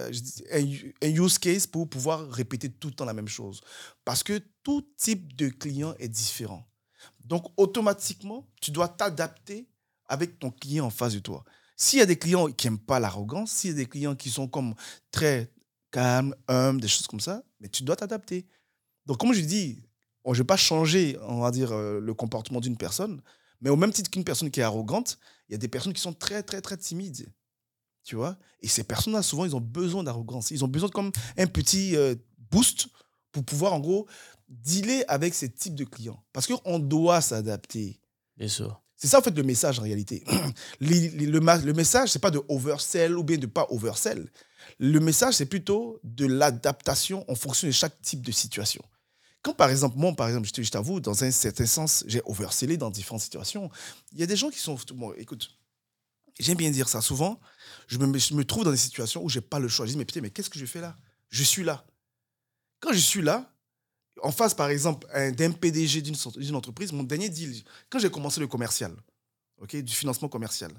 un use case pour pouvoir répéter tout le temps la même chose. Parce que tout type de client est différent. Donc, automatiquement, tu dois t'adapter avec ton client en face de toi. S'il y a des clients qui n'aiment pas l'arrogance, s'il y a des clients qui sont comme très calmes, humbles, des choses comme ça, mais tu dois t'adapter. Donc, comme je dis, je ne vais pas changer, on va dire, le comportement d'une personne, mais au même titre qu'une personne qui est arrogante, il y a des personnes qui sont très, très, très timides. Tu vois? Et ces personnes-là, souvent, ils ont besoin d'arrogance. Ils ont besoin de comme un petit boost pour pouvoir, en gros, dealer avec ces types de clients. Parce qu'on doit s'adapter. Bien sûr. C'est ça, en fait, le message, en réalité. Le message, ce n'est pas de oversell ou bien de pas oversell. Le message, c'est plutôt de l'adaptation en fonction de chaque type de situation. Quand, par exemple, moi, je t'avoue, dans un certain sens, j'ai oversellé dans différentes situations. Il y a des gens qui sont... Bon, écoute, j'aime bien dire ça. Souvent, je me trouve dans des situations où je n'ai pas le choix. Je dis, mais putain, mais qu'est-ce que je fais là? Je suis là. Quand je suis là, en face, par exemple, d'un PDG d'une entreprise, mon dernier deal, quand j'ai commencé le commercial, okay, du financement commercial,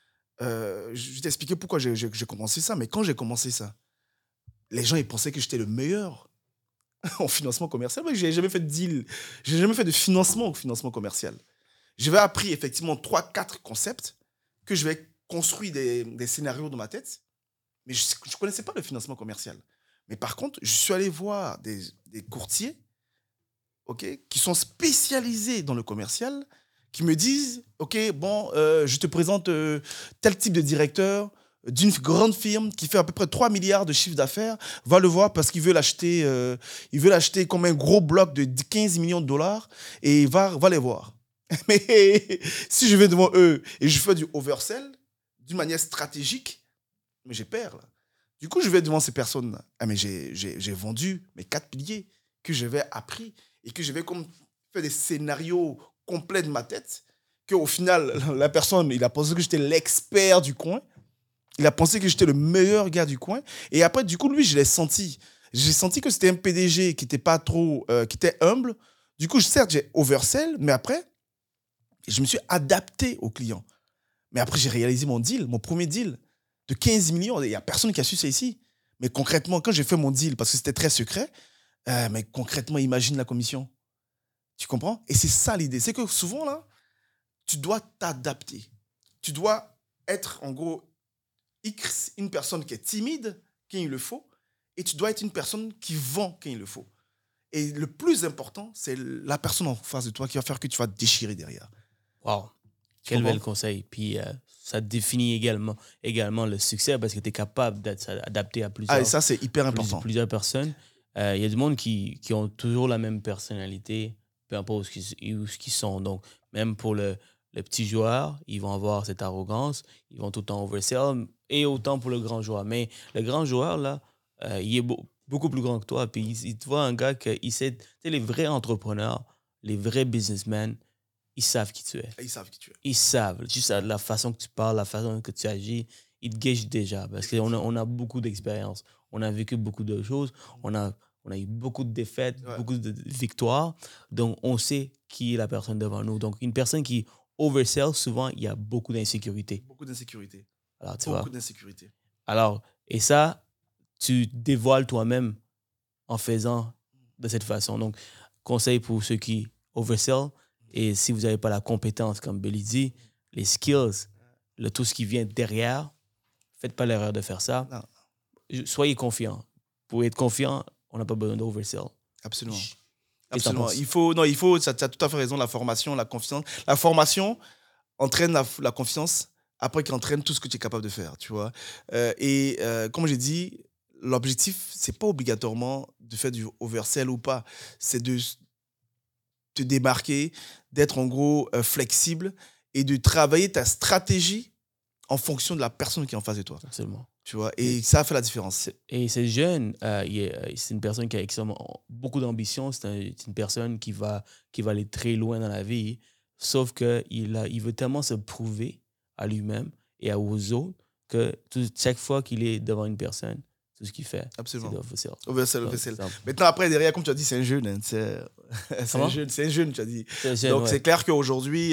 je vais t'expliquer pourquoi j'ai commencé ça. Mais quand j'ai commencé ça, les gens ils pensaient que j'étais le meilleur en financement commercial. Mais je n'ai jamais fait de deal. Je n'ai jamais fait de financement au financement commercial. J'avais appris effectivement 3-4 concepts que je vais construire des scénarios dans ma tête, mais je ne connaissais pas le financement commercial. Mais par contre, je suis allé voir des courtiers, okay, qui sont spécialisés dans le commercial, qui me disent, OK, bon, je te présente tel type de directeur d'une grande firme qui fait à peu près 3 milliards de chiffre d'affaires, va le voir parce qu'il veut l'acheter comme un gros bloc de 15 millions de dollars et va les voir. Mais si je vais devant eux et je fais du oversell d'une manière stratégique, mais j'ai peur là. Du coup, je vais devant ces personnes-là. Ah, mais j'ai vendu mes 4 piliers que j'avais appris et que je vais comme faire des scénarios complets de ma tête, qu'au final, la personne, il a pensé que j'étais l'expert du coin. Il a pensé que j'étais le meilleur gars du coin. Et après, du coup, lui, je l'ai senti. J'ai senti que c'était un PDG qui était pas trop... qui était humble. Du coup, certes, j'ai oversell, mais après, je me suis adapté au client. Mais après, j'ai réalisé mon deal, mon premier deal de 15 millions. Il n'y a personne qui a su ça ici. Mais concrètement, quand j'ai fait mon deal, parce que c'était très secret, mais concrètement, imagine la commission. Tu comprends? Et c'est ça l'idée. C'est que souvent, là, tu dois t'adapter. Tu dois être, en gros, une personne qui est timide quand il le faut, et tu dois être une personne qui vend quand il le faut. Et le plus important, c'est la personne en face de toi qui va faire que tu vas te déchirer derrière. Wow. Quel bel conseil. Puis ça définit également le succès parce que tu es capable d'adapter à plusieurs, et ça, c'est hyper important. Plusieurs personnes. Il y a du monde qui ont toujours la même personnalité, peu importe où ils sont. Donc, même pour le petit joueur, ils vont avoir cette arrogance, ils vont tout le temps oversell, et autant pour le grand joueur. Mais le grand joueur, là, il est beaucoup plus grand que toi. Puis il te voit un gars qui sait, tu sais, les vrais entrepreneurs, les vrais businessmen, ils savent qui tu es. Ils savent qui tu es. Ils savent. Juste la façon que tu parles, la façon que tu agis, ils te gagent déjà. Parce qu'on a beaucoup d'expérience. On a vécu beaucoup de choses. On a eu beaucoup de défaites, beaucoup de victoires. Donc, on sait qui est la personne devant nous. Donc, une personne qui oversell, souvent, il y a beaucoup d'insécurité. Beaucoup d'insécurité. Alors, beaucoup d'insécurité. Alors, et ça, tu dévoiles toi-même en faisant de cette façon. Donc, conseil pour ceux qui oversell, et si vous n'avez pas la compétence, comme Billy dit, les skills, tout ce qui vient derrière, faites pas l'erreur de faire ça. Non. Soyez confiant. Pour être confiant, on n'a pas besoin d'oversell. Absolument. Absolument. Il faut, tu as tout à fait raison, la formation, la confiance. La formation entraîne la confiance. après qui entraîne tout ce que tu es capable de faire, tu vois. Comme j'ai dit, l'objectif, c'est pas obligatoirement de faire du oversell ou pas. C'est de te démarquer, d'être en gros flexible et de travailler ta stratégie en fonction de la personne qui est en face de toi. Absolument. Tu vois, et ça fait la différence. Et c'est jeune, c'est une personne qui a extrêmement beaucoup d'ambition, c'est une personne qui va aller très loin dans la vie, sauf qu'il veut tellement se prouver à lui-même et aux autres que chaque fois qu'il est devant une personne, tout ce qu'il fait, absolument, c'est oversell. Maintenant, après, derrière, comme tu as dit, c'est un jeune. Hein, c'est un jeune, tu as dit. Donc, c'est clair qu'aujourd'hui,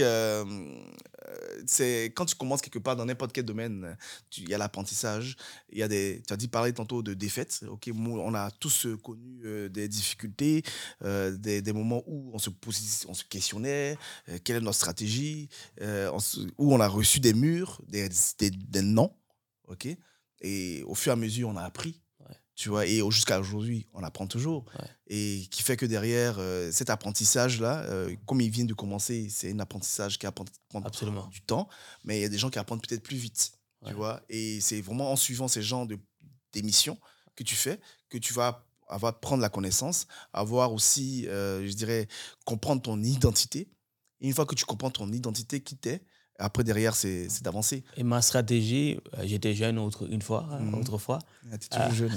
quand tu commences quelque part dans n'importe quel domaine, il y a l'apprentissage. Tu as dit parler tantôt de défaites. Okay, on a tous connu des difficultés, des moments où on se questionnait, quelle est notre stratégie, où on a reçu des murs, des non. OK? Et au fur et à mesure, on a appris. Tu vois, et jusqu'à aujourd'hui, on apprend toujours. Ouais. Et qui fait que derrière, cet apprentissage-là, comme il vient de commencer, c'est un apprentissage qui prend du temps, mais il y a des gens qui apprennent peut-être plus vite. Tu vois, et c'est vraiment en suivant ces genres d'émissions que tu fais que tu vas prendre la connaissance, avoir aussi, je dirais, comprendre ton identité. Et une fois que tu comprends ton identité, qui t'es, après, derrière, c'est d'avancer. Et ma stratégie, j'étais jeune autrefois. Tu es toujours jeune.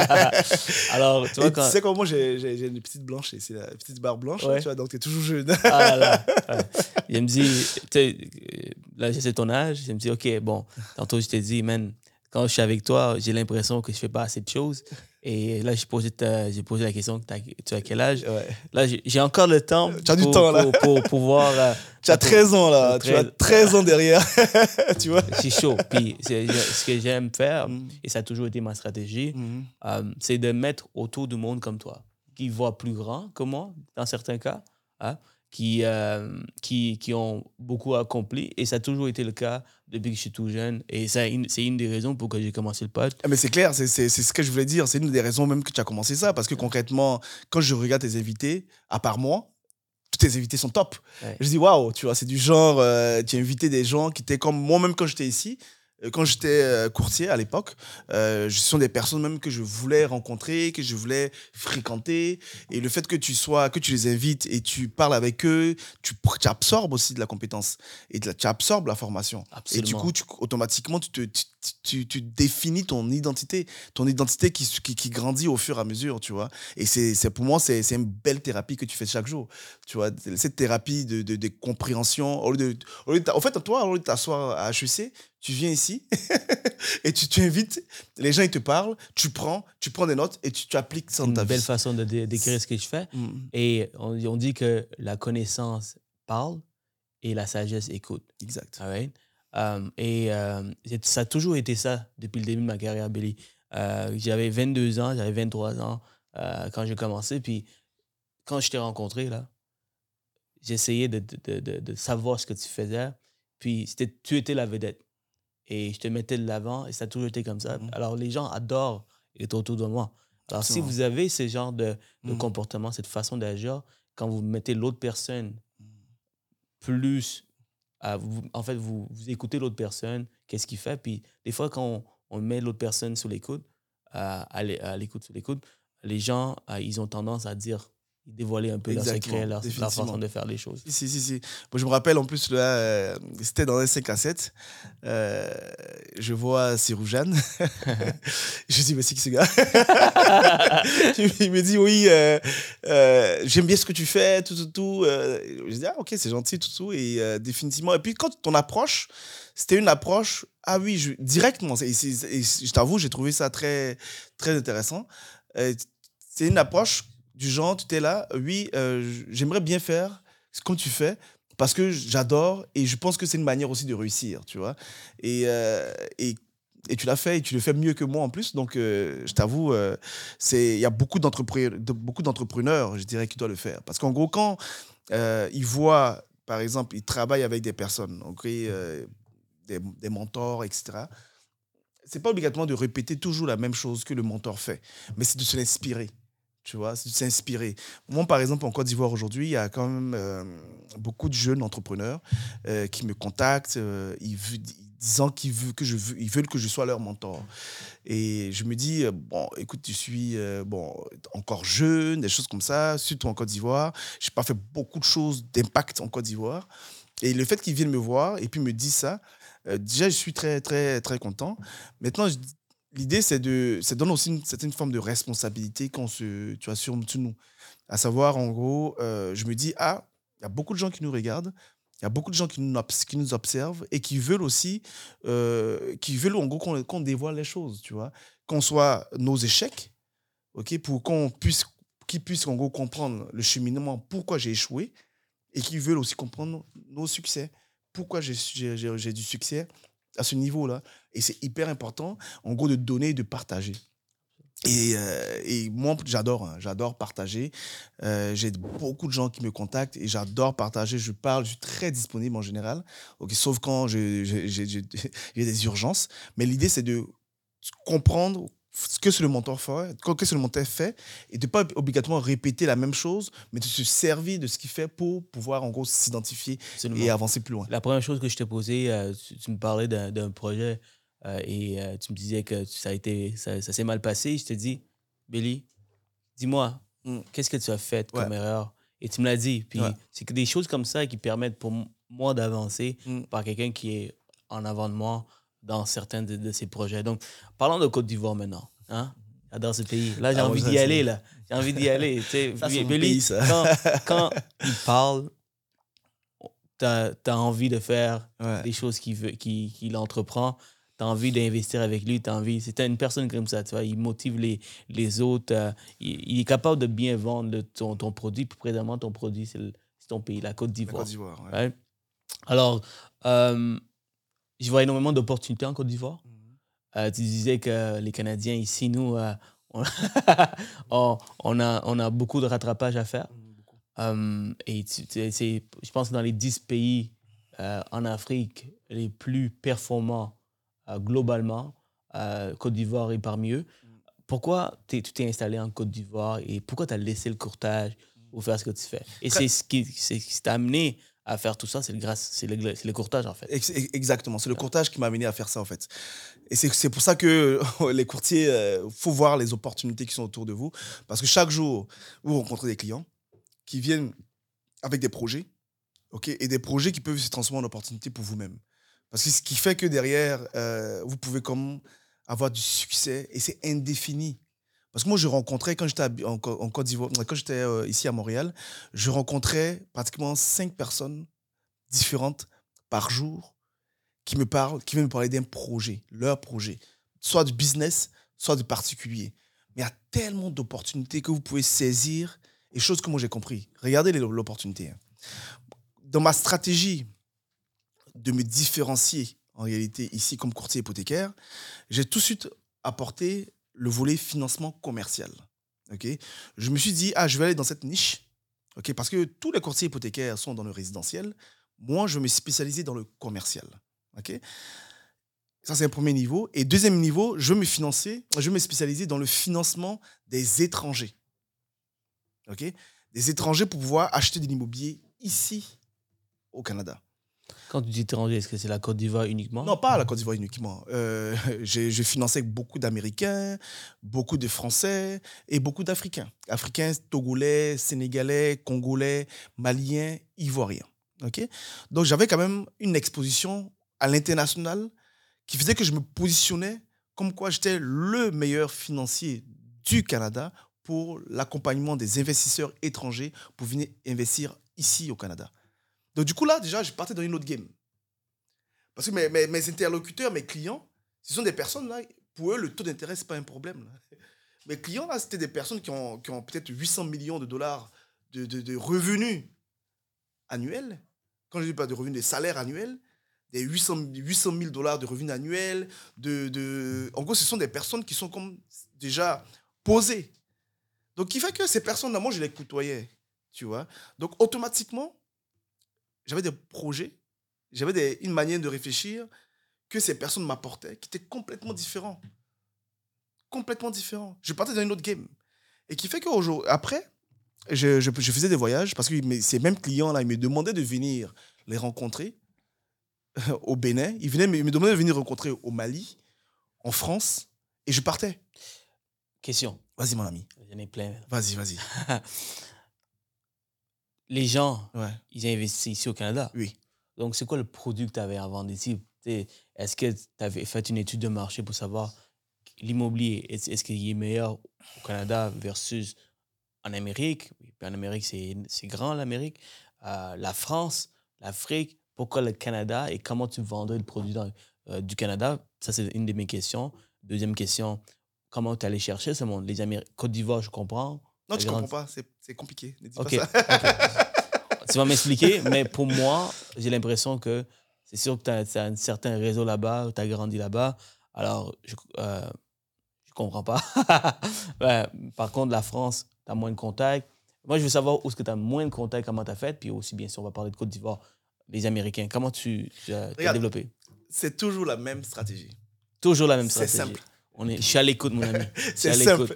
Alors, tu vois, tu sais comment j'ai une petite blanche, c'est la petite barre blanche, tu vois, donc tu es toujours jeune. Ah là là. Je me dis, là, j'ai ton âge, je me dis, OK, bon, tantôt, je t'ai dit, man, quand je suis avec toi, j'ai l'impression que je ne fais pas assez de choses. Et là, j'ai posé la question, tu as quel âge? Là, j'ai encore le temps. Tu as du temps, là. Pour pouvoir... tu as 13 ans, là. Tu as 13 ans derrière. Tu vois? Je suis chaud. Puis, ce que j'aime faire, et ça a toujours été ma stratégie, c'est de mettre autour du monde comme toi, qui voient plus grand que moi, dans certains cas, hein, qui ont beaucoup accompli. Et ça a toujours été le cas depuis que je suis tout jeune. Et c'est une des raisons pour que j'ai commencé le pod. Mais c'est clair, c'est ce que je voulais dire. C'est une des raisons même que tu as commencé ça. Parce que concrètement, quand je regarde tes invités, à part moi, tous tes invités sont top. Ouais. Je dis, waouh, tu vois, c'est du genre, tu as invité des gens qui étaient comme moi-même quand j'étais ici. Quand j'étais courtier à l'époque, ce sont des personnes même que je voulais rencontrer, que je voulais fréquenter. Et le fait que tu les invites et tu parles avec eux, tu absorbes aussi de la compétence et tu absorbes la formation. Absolument. Et du coup, automatiquement, tu définis ton identité qui grandit au fur et à mesure, tu vois. Et pour moi, c'est une belle thérapie que tu fais chaque jour, tu vois. Cette thérapie de compréhension. En fait, toi, au lieu de t'asseoir à HEC, tu viens ici et tu invites, les gens ils te parlent, tu prends des notes et tu appliques ça dans ta vie. C'est une belle façon de décrire ce que je fais. Et on dit que la connaissance parle et la sagesse écoute. Exact. All right? Ça a toujours été ça depuis le début de ma carrière, Billy. J'avais 22 ans, j'avais 23 ans quand j'ai commencé. Puis quand je t'ai rencontré, là, j'essayais de savoir ce que tu faisais. Puis tu étais la vedette. Et je te mettais de l'avant et ça a toujours été comme ça. Alors, les gens adorent être autour de moi. Alors, si vous avez ce genre de comportement, cette façon d'agir, quand vous mettez l'autre personne plus... vous écoutez l'autre personne, qu'est-ce qu'il fait. Puis, des fois, quand on met l'autre personne sous l'écoute, à l'écoute, les gens, ils ont tendance à dire... dévoiler un peu leur secret, leur façon de faire les choses. Si. Bon, je me rappelle, en plus, là, c'était dans un 5 à 7. Je vois Siroujane. Je dis, mais c'est qui ce gars? Il me dit, oui, j'aime bien ce que tu fais, tout. Je dis, ah, ok, c'est gentil, tout. Et définitivement. Et puis, quand ton approche, c'était une approche, ah oui, directement. Et je t'avoue, j'ai trouvé ça très, très intéressant. C'est une approche du genre, tu étais là, oui, j'aimerais bien faire comme tu fais, parce que j'adore et je pense que c'est une manière aussi de réussir, tu vois. Et tu l'as fait et tu le fais mieux que moi en plus. Donc, je t'avoue, il y a beaucoup d'entrepreneurs, je dirais, qui doivent le faire. Parce qu'en gros, quand ils voient, par exemple, ils travaillent avec des personnes, okay, des mentors, etc., c'est pas obligatoirement de répéter toujours la même chose que le mentor fait, mais c'est de se l'inspirer. Tu vois, c'est de s'inspirer. Moi, par exemple, en Côte d'Ivoire aujourd'hui, il y a quand même beaucoup de jeunes entrepreneurs qui me contactent. Ils disant qu'ils veulent ils veulent que je sois leur mentor. Et je me dis, bon, écoute, tu suis encore jeune, des choses comme ça, surtout en Côte d'Ivoire. Je n'ai pas fait beaucoup de choses d'impact en Côte d'Ivoire. Et le fait qu'ils viennent me voir et puis me disent ça, déjà, je suis très, très, très content. Maintenant, l'idée, c'est de donner aussi une certaine forme de responsabilité sur nous. À savoir, en gros, je me dis, il y a beaucoup de gens qui nous regardent, il y a beaucoup de gens qui nous observent et qui veulent aussi, en gros, qu'on dévoile les choses, tu vois. Qu'on soit nos échecs, ok, pour qu'ils puissent, en gros, comprendre le cheminement, pourquoi j'ai échoué, et qui veulent aussi comprendre nos succès. Pourquoi j'ai du succès à ce niveau-là. Et c'est hyper important, en gros, de donner et de partager. Et moi, j'adore partager. J'ai beaucoup de gens qui me contactent et j'adore partager. Je suis très disponible en général, sauf quand j'ai des urgences. Mais l'idée, c'est de comprendre ce que le mentor fait et de ne pas obligatoirement répéter la même chose, mais de se servir de ce qu'il fait pour pouvoir, en gros, s'identifier et avancer plus loin. La première chose que je t'ai posée, tu me parlais d'un projet et tu me disais que ça s'est mal passé. Je te dis, Belly, dis-moi, qu'est-ce que tu as fait comme erreur? Et tu me l'as dit. Puis c'est que des choses comme ça qui permettent pour moi d'avancer par quelqu'un qui est en avant de moi dans certains de ces projets. Donc, parlons de Côte d'Ivoire maintenant. Hein? J'adore ce pays. Là, j'ai envie d'y aller. Là. J'ai envie d'y aller. Ça, c'est mon pays, ça. Quand il parle, t'as envie de faire des choses qu'il entreprend. T'as envie d'investir avec lui. C'est une personne comme ça. Tu vois, il motive les autres. Il est capable de bien vendre ton produit. Puis, présentement, ton produit, c'est ton pays, la Côte d'Ivoire. La Côte d'Ivoire, ouais. Ouais? Alors, je vois énormément d'opportunités en Côte d'Ivoire. Tu disais que les Canadiens ici, nous, on a beaucoup de rattrapage à faire. Et je pense que dans les 10 pays en Afrique les plus performants globalement, Côte d'Ivoire est parmi eux. Pourquoi tu t'es installé en Côte d'Ivoire et pourquoi tu as laissé le courtage pour faire ce que tu fais? Et c'est ce qui t'a amené à faire tout ça, c'est le courtage, en fait. Exactement, c'est le courtage qui m'a amené à faire ça, en fait. Et c'est pour ça que les courtiers, faut voir les opportunités qui sont autour de vous. Parce que chaque jour, vous rencontrez des clients qui viennent avec des projets, et des projets qui peuvent se transformer en opportunités pour vous-même. Parce que ce qui fait que derrière, vous pouvez comme avoir du succès et c'est indéfini. Parce que moi, je rencontrais, quand j'étais en Côte d'Ivoire, quand j'étais ici à Montréal, je rencontrais pratiquement 5 personnes différentes par jour qui viennent me parler d'un projet, leur projet, soit du business, soit du particulier. Mais il y a tellement d'opportunités que vous pouvez saisir et choses que moi j'ai compris. Regardez l'opportunité. Dans ma stratégie de me différencier, en réalité, ici comme courtier hypothécaire, j'ai tout de suite apporté le volet financement commercial. Je me suis dit, je vais aller dans cette niche, parce que tous les courtiers hypothécaires sont dans le résidentiel. Moi, je vais me spécialiser dans le commercial. Ça, c'est un premier niveau. Et deuxième niveau, je vais me spécialiser dans le financement des étrangers. Des étrangers pour pouvoir acheter de l'immobilier ici, au Canada. Quand tu dis étranger, est-ce que c'est la Côte d'Ivoire uniquement? Non, pas la Côte d'Ivoire uniquement. Je finançais beaucoup d'Américains, beaucoup de Français et beaucoup d'Africains. Africains, Togolais, Sénégalais, Congolais, Maliens, Ivoiriens. Donc, j'avais quand même une exposition à l'international qui faisait que je me positionnais comme quoi j'étais le meilleur financier du Canada pour l'accompagnement des investisseurs étrangers pour venir investir ici au Canada. Donc, du coup, là, déjà, je partais dans une autre game. Parce que mes interlocuteurs, mes clients, ce sont des personnes, là, pour eux, le taux d'intérêt, ce n'est pas un problème. Là. Mes clients, là, c'était des personnes qui ont peut-être 800 millions de dollars de revenus annuels. Quand je dis pas de revenus, des salaires annuels, des 800 000 dollars de revenus annuels. En gros, ce sont des personnes qui sont comme déjà posées. Donc, qui fait que ces personnes-là, moi, je les côtoyais. Tu vois? Donc, automatiquement, j'avais des projets, j'avais une manière de réfléchir que ces personnes m'apportaient qui était complètement différent. Complètement différent. Je partais dans une autre game. Et qui fait qu'après, je faisais des voyages parce que ces mêmes clients-là, ils me demandaient de venir les rencontrer au Bénin. Ils me demandaient de venir rencontrer au Mali, en France, et je partais. Question. Vas-y, mon ami. J'en ai plein. Vas-y. Les gens, Ouais. ils investissent ici au Canada. Oui. Donc, c'est quoi le produit que tu avais à vendre ici? Est-ce que tu avais fait une étude de marché pour savoir l'immobilier, est-ce qu'il est meilleur au Canada versus en Amérique? Oui, puis en Amérique, c'est grand, l'Amérique. La France, l'Afrique, pourquoi le Canada et comment tu vendrais le produit du Canada? Ça, c'est une de mes questions. Deuxième question, comment tu allais chercher ce monde? Côte d'Ivoire, je comprends. Non, tu ne comprends pas. C'est compliqué. Ne dis OK. pas ça. Tu vas m'expliquer, mais pour moi, j'ai l'impression que c'est sûr que tu as un certain réseau là-bas, tu as grandi là-bas. Alors, je comprends pas. Ouais, par contre, la France, tu as moins de contacts. Moi, je veux savoir où est-ce que tu as moins de contacts, comment tu as fait. Puis aussi, bien sûr, on va parler de Côte d'Ivoire, les Américains. Comment tu as développé? C'est toujours la même stratégie. Toujours la même C'est stratégie. simple. Je suis à l'écoute, mon ami. C'est simple.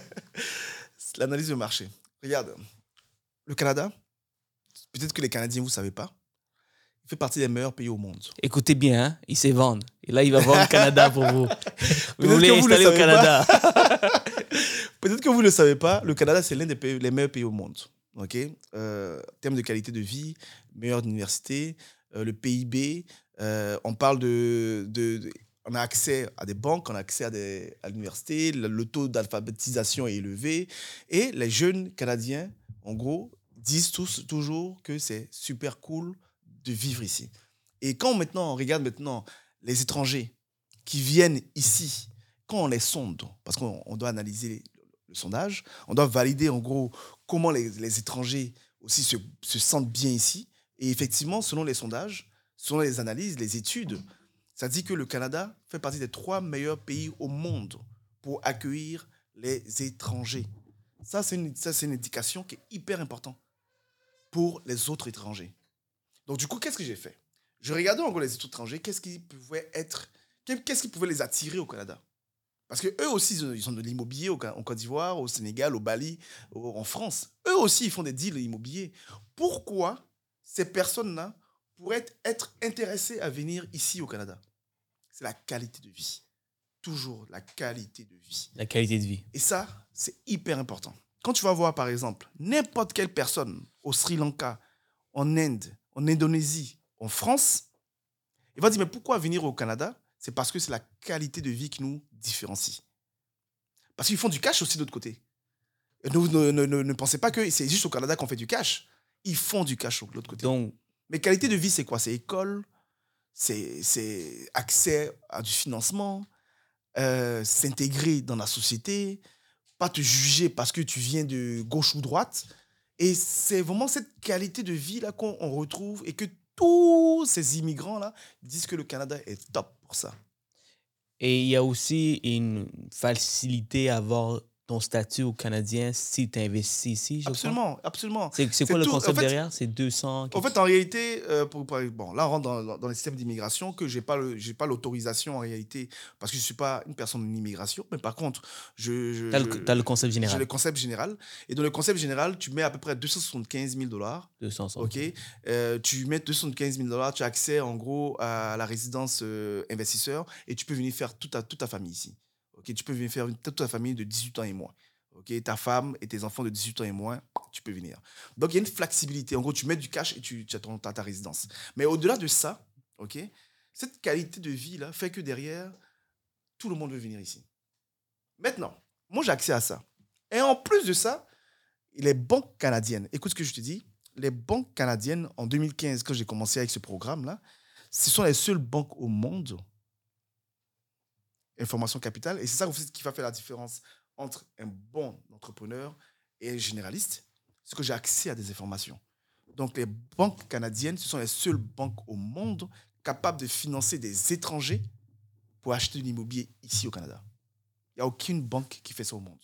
L'analyse de marché. Regarde, le Canada, peut-être que les Canadiens, vous ne savez pas, il fait partie des meilleurs pays au monde. Écoutez bien, hein? Il sait vendre. Et là, il va vendre le Canada pour vous. Vous voulez installer au Canada. Peut-être que vous ne le savez pas, le Canada, c'est l'un des les meilleurs pays au monde. Okay? En termes de qualité de vie, meilleure université, le PIB, on parle on a accès à des banques, on a accès à l'université, le taux d'alphabétisation est élevé. Et les jeunes Canadiens, en gros, disent toujours que c'est super cool de vivre ici. Et quand maintenant, on regarde maintenant les étrangers qui viennent ici, quand on les sonde, parce qu'on doit analyser le sondage, on doit valider en gros comment les étrangers aussi se sentent bien ici. Et effectivement, selon les sondages, selon les analyses, les études, ça dit que le Canada fait partie des 3 meilleurs pays au monde pour accueillir les étrangers. Ça, c'est une indication qui est hyper importante pour les autres étrangers. Donc, du coup, qu'est-ce que j'ai fait? Je regardais en gros les étrangers, qu'est-ce qui pouvait les attirer au Canada? Parce qu'eux aussi, ils ont de l'immobilier en Côte d'Ivoire, au Sénégal, au Bali, en France. Eux aussi, ils font des deals immobiliers. Pourquoi ces personnes-là pourraient être intéressées à venir ici au Canada? C'est la qualité de vie. Toujours la qualité de vie. La qualité de vie. Et ça, c'est hyper important. Quand tu vas voir, par exemple, n'importe quelle personne au Sri Lanka, en Inde, en Indonésie, en France, il va dire, mais pourquoi venir au Canada? C'est parce que c'est la qualité de vie qui nous différencie. Parce qu'ils font du cash aussi de l'autre côté. Ne pensez pas que c'est juste au Canada qu'on fait du cash. Ils font du cash de l'autre côté. Donc, mais qualité de vie, c'est quoi? C'est école, c'est accès à du financement, s'intégrer dans la société, pas te juger parce que tu viens de gauche ou droite. Et c'est vraiment cette qualité de vie-là qu'on retrouve et que tous ces immigrants-là disent que le Canada est top pour ça. Et il y a aussi une facilité à avoir ton statut au Canadien si tu investis ici, je Absolument, crois. absolument. C'est quoi le concept en fait, derrière? C'est 200... En fait, en réalité, bon, là, on rentre dans les systèmes d'immigration que je n'ai pas l'autorisation en réalité parce que je ne suis pas une personne d'immigration. Mais par contre, tu as le concept général. J'ai le concept général. Et dans le concept général, tu mets à peu près 275 000 $. 200. OK. Tu mets 275 000 $, tu as accès en gros à la résidence investisseur et tu peux venir faire toute ta famille ici. Okay, tu peux venir faire toute ta famille de 18 ans et moins. Okay, ta femme et tes enfants de 18 ans et moins, tu peux venir. Donc, il y a une flexibilité. En gros, tu mets du cash et tu as ta résidence. Mais au-delà de ça, okay, cette qualité de vie-là fait que derrière, tout le monde veut venir ici. Maintenant, moi, j'ai accès à ça. Et en plus de ça, les banques canadiennes, écoute ce que je te dis, les banques canadiennes, en 2015, quand j'ai commencé avec ce programme-là, ce sont les seules banques au monde, Information Capital, et c'est ça qui va faire la différence entre un bon entrepreneur et un généraliste, c'est que j'ai accès à des informations. Donc, les banques canadiennes, ce sont les seules banques au monde capables de financer des étrangers pour acheter de l'immobilier ici au Canada. Il n'y a aucune banque qui fait ça au monde.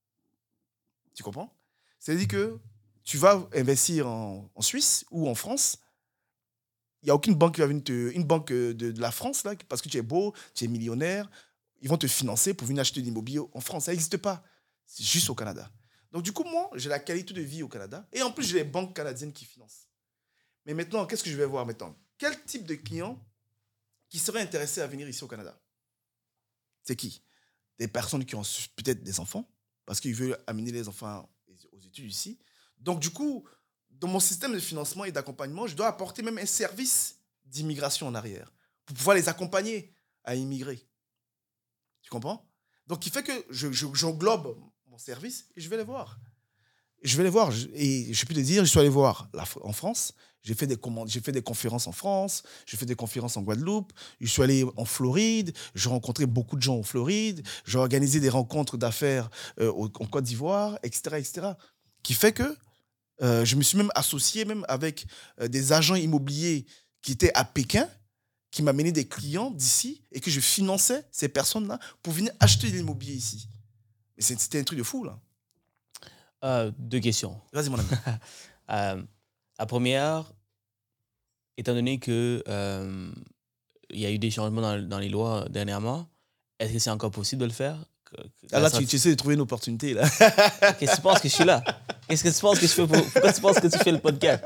Tu comprends? C'est-à-dire que tu vas investir en Suisse ou en France, il n'y a aucune banque qui va venir une banque de la France, là, parce que tu es beau, tu es millionnaire, ils vont te financer pour venir acheter de l'immobilier en France. Ça n'existe pas. C'est juste au Canada. Donc, du coup, moi, j'ai la qualité de vie au Canada. Et en plus, j'ai les banques canadiennes qui financent. Mais maintenant, qu'est-ce que je vais voir maintenant? Quel type de client qui seraient intéressés à venir ici au Canada. C'est qui? Des personnes qui ont peut-être des enfants, parce qu'ils veulent amener les enfants aux études ici. Donc, du coup, dans mon système de financement et d'accompagnement, je dois apporter même un service d'immigration en arrière pour pouvoir les accompagner à immigrer. Tu comprends? Donc, qui fait que j'englobe mon service et je vais les voir. Et je peux te dire, je suis allé voir en France. J'ai fait des conférences en France, j'ai fait des conférences en Guadeloupe, je suis allé en Floride, j'ai rencontré beaucoup de gens en Floride, j'ai organisé des rencontres d'affaires en Côte d'Ivoire, etc., etc. Qui fait que je me suis même associé même avec des agents immobiliers qui étaient à Pékin, qui m'amenaient des clients d'ici et que je finançais ces personnes-là pour venir acheter de l'immobilier ici. Mais c'était un truc de fou, là. 2 questions. Vas-y, mon ami. La première, étant donné que il y a eu des changements dans les lois dernièrement, est-ce que c'est encore possible de le faire? Là, tu essaies de trouver une opportunité, là. Qu'est-ce que tu penses que je suis là? Qu'est-ce que tu penses que je fais pourquoi tu penses que tu fais le podcast?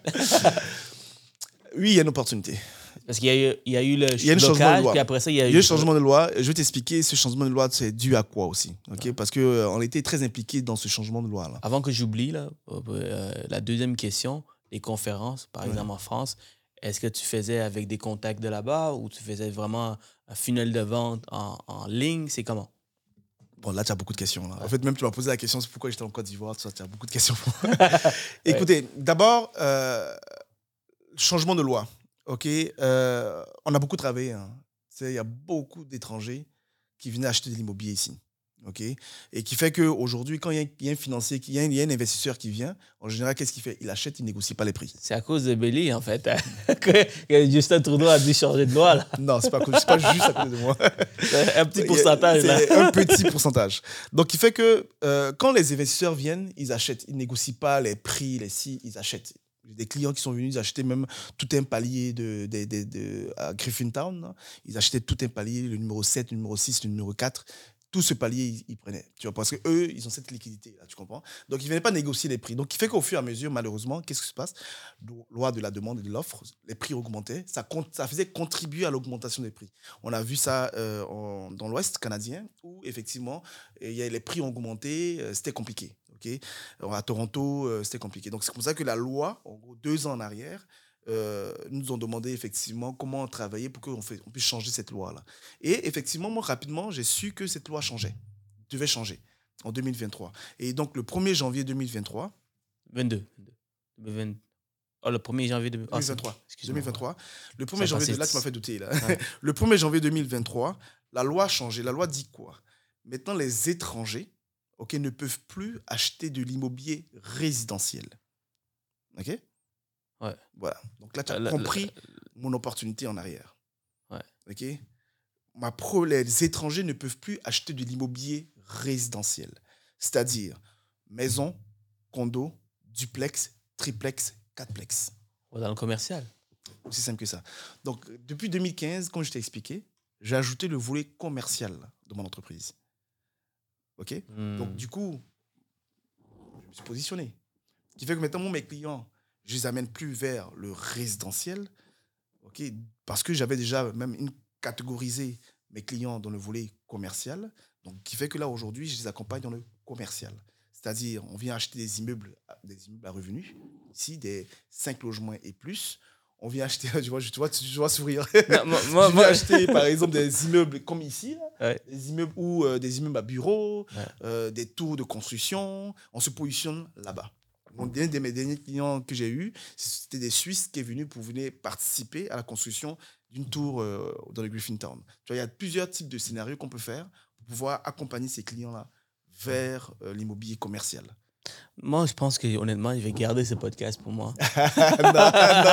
Oui, il y a une opportunité. Parce qu'il y a eu le changement de loi. Puis après ça, il y a eu un changement de loi. Je vais t'expliquer ce changement de loi, c'est dû à quoi aussi. Okay? Parce qu'on était très impliqués dans ce changement de loi-là. Avant que j'oublie, la deuxième question, les conférences, par exemple en France, est-ce que tu faisais avec des contacts de là-bas ou tu faisais vraiment un funnel de vente en ligne? C'est comment? Bon, là, tu as beaucoup de questions. Là. En fait, même tu m'as posé la question, c'est pourquoi j'étais en Côte d'Ivoire, tu as beaucoup de questions. Écoutez, d'abord, changement de loi. OK, on a beaucoup travaillé. Hein. Il y a beaucoup d'étrangers qui venaient acheter de l'immobilier ici. OK, et qui fait qu'aujourd'hui, quand il y a un financier, il y a un investisseur qui vient, en général, qu'est-ce qu'il fait? Il achète, il ne négocie pas les prix. C'est à cause de Belly, en fait, que Justin Trudeau a dû changer de loi. Là. Non, c'est pas juste à cause de moi. C'est un petit pourcentage. C'est un petit pourcentage. Donc, il fait que quand les investisseurs viennent, ils achètent. Ils ne négocient pas les prix, ils achètent. J'ai des clients qui sont venus acheter même tout un palier à Griffintown. Là. Ils achetaient tout un palier, le numéro 7, le numéro 6, le numéro 4. Tout ce palier, ils prenaient. Tu vois, parce qu'eux, ils ont cette liquidité, là, tu comprends? Donc, ils ne venaient pas négocier les prix. Donc, il fait qu'au fur et à mesure, malheureusement, qu'est-ce qui se passe? Loi de la demande et de l'offre, les prix augmentaient. Ça faisait contribuer à l'augmentation des prix. On a vu ça dans l'Ouest canadien, où, effectivement, les prix ont augmenté, c'était compliqué. Okay? À Toronto, c'était compliqué. Donc, c'est comme ça que la loi, en gros, 2 ans en arrière, nous ont demandé effectivement comment travailler pour qu'on puisse changer cette loi-là. Et effectivement, moi, rapidement, j'ai su que cette loi devait changer en 2023. Et donc, le 1er janvier 2023... 22. Oh, le 1er janvier 2023. 2023. Le 1er janvier... Là, tu m'as fait douter. Là. Ouais. Le 1er janvier 2023, la loi a changé. La loi dit quoi? Maintenant, les étrangers ne peuvent plus acheter de l'immobilier résidentiel. OK? Ouais. Voilà. Donc là, tu as compris mon opportunité en arrière. Ouais. OK? Les étrangers ne peuvent plus acheter de l'immobilier résidentiel. C'est-à-dire maison, condo, duplex, triplex, quatreplex. Dans le commercial. Aussi simple que ça. Donc, depuis 2015, comme je t'ai expliqué, j'ai ajouté le volet commercial de mon entreprise. OK? Donc, du coup, je me suis positionné. Ce qui fait que maintenant, mes clients, je ne les amène plus vers le résidentiel, okay, parce que j'avais déjà même catégorisé mes clients dans le volet commercial, donc qui fait que là, aujourd'hui, je les accompagne dans le commercial. C'est-à-dire, on vient acheter des immeubles à revenus, ici, des 5 logements et plus. On vient acheter, tu vois sourire. Je viens acheter, par exemple, des immeubles comme ici, là, ouais. Des immeubles ou des immeubles à bureaux, ouais. Des tours de construction. On se positionne là-bas. Un de mes derniers clients que j'ai eu, c'était des Suisses qui sont venus pour venir participer à la construction d'une tour dans le Griffintown. Tu vois, il y a plusieurs types de scénarios qu'on peut faire pour pouvoir accompagner ces clients-là vers l'immobilier commercial. Moi, je pense que honnêtement, je vais garder ce podcast pour moi. non.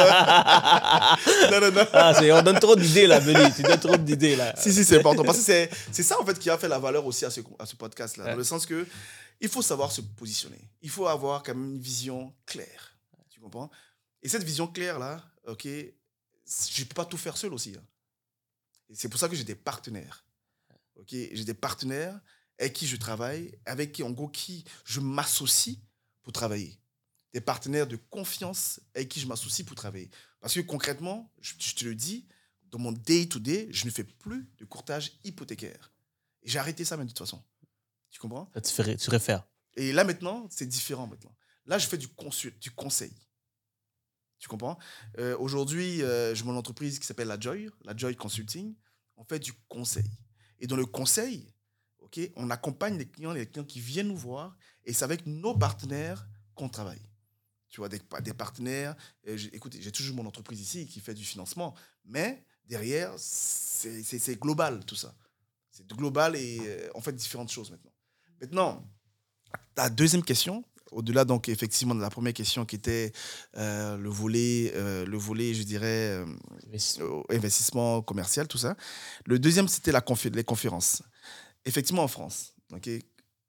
On donne trop d'idées là, Benny. Tu donnes trop d'idées là. Si, c'est important. Parce que c'est ça en fait qui a fait la valeur aussi à ce podcast-là. Ouais. Dans le sens que il faut savoir se positionner. Il faut avoir quand même une vision claire. Tu comprends? Et cette vision claire-là, OK, je ne peux pas tout faire seul aussi. Hein. Et c'est pour ça que j'ai des partenaires. OK? J'ai des partenaires avec qui je travaille, avec qui, en gros, je m'associe pour travailler. Des partenaires de confiance avec qui je m'associe pour travailler. Parce que concrètement, je te le dis, dans mon day-to-day, je ne fais plus de courtage hypothécaire. Et j'ai arrêté ça même de toute façon. Tu comprends? Là, tu réfères. Et là, maintenant, c'est différent maintenant. Là, je fais du conseil. Tu comprends? Aujourd'hui, j'ai mon entreprise qui s'appelle la Joy Consulting. On fait du conseil. Et dans le conseil, okay, on accompagne les clients qui viennent nous voir, et c'est avec nos partenaires qu'on travaille. Tu vois, des partenaires. Écoute, j'ai toujours mon entreprise ici qui fait du financement, mais derrière, c'est global tout ça. C'est global et on fait différentes choses maintenant. Maintenant, ta deuxième question, au-delà donc effectivement de la première question qui était le volet, je dirais, investissement commercial, tout ça. Le deuxième, c'était les conférences. Effectivement, en France, okay,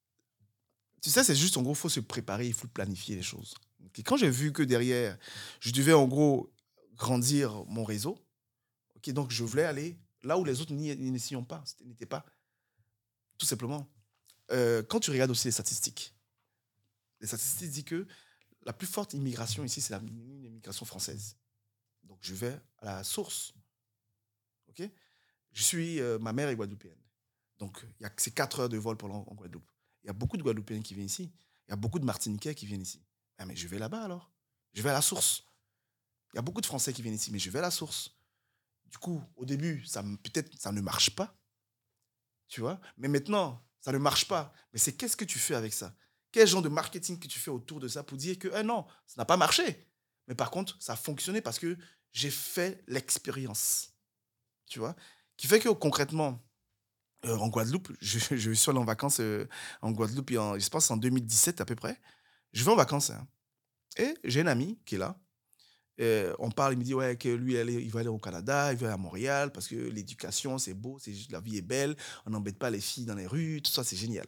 tu sais, c'est juste, en gros, il faut se préparer, il faut planifier les choses. Okay, quand j'ai vu que derrière, je devais en gros grandir mon réseau, okay, donc je voulais aller là où les autres n'y pas, n'étaient pas, tout simplement. Quand tu regardes aussi les statistiques disent que la plus forte immigration ici, c'est l'immigration française. Donc, je vais à la source. Okay? Ma mère est guadeloupéenne. Donc, c'est 4 heures de vol en Guadeloupe. Il y a beaucoup de Guadeloupéens qui viennent ici. Il y a beaucoup de Martiniquais qui viennent ici. Ah, mais je vais là-bas alors. Je vais à la source. Il y a beaucoup de Français qui viennent ici, mais je vais à la source. Du coup, au début, peut-être ça ne marche pas. Tu vois? Mais maintenant, ça ne marche pas. Mais c'est qu'est-ce que tu fais avec ça? Quel genre de marketing que tu fais autour de ça pour dire que non, ça n'a pas marché. Mais par contre, ça a fonctionné parce que j'ai fait l'expérience. Tu vois? Qui fait que concrètement, en Guadeloupe, je suis allé en vacances en Guadeloupe, je pense en 2017 à peu près. Je vais en vacances. Hein, et j'ai un ami qui est là. On parle, il me dit ouais, que lui, il va aller au Canada, il va aller à Montréal parce que l'éducation, c'est beau, la vie est belle, on n'embête pas les filles dans les rues, tout ça, c'est génial.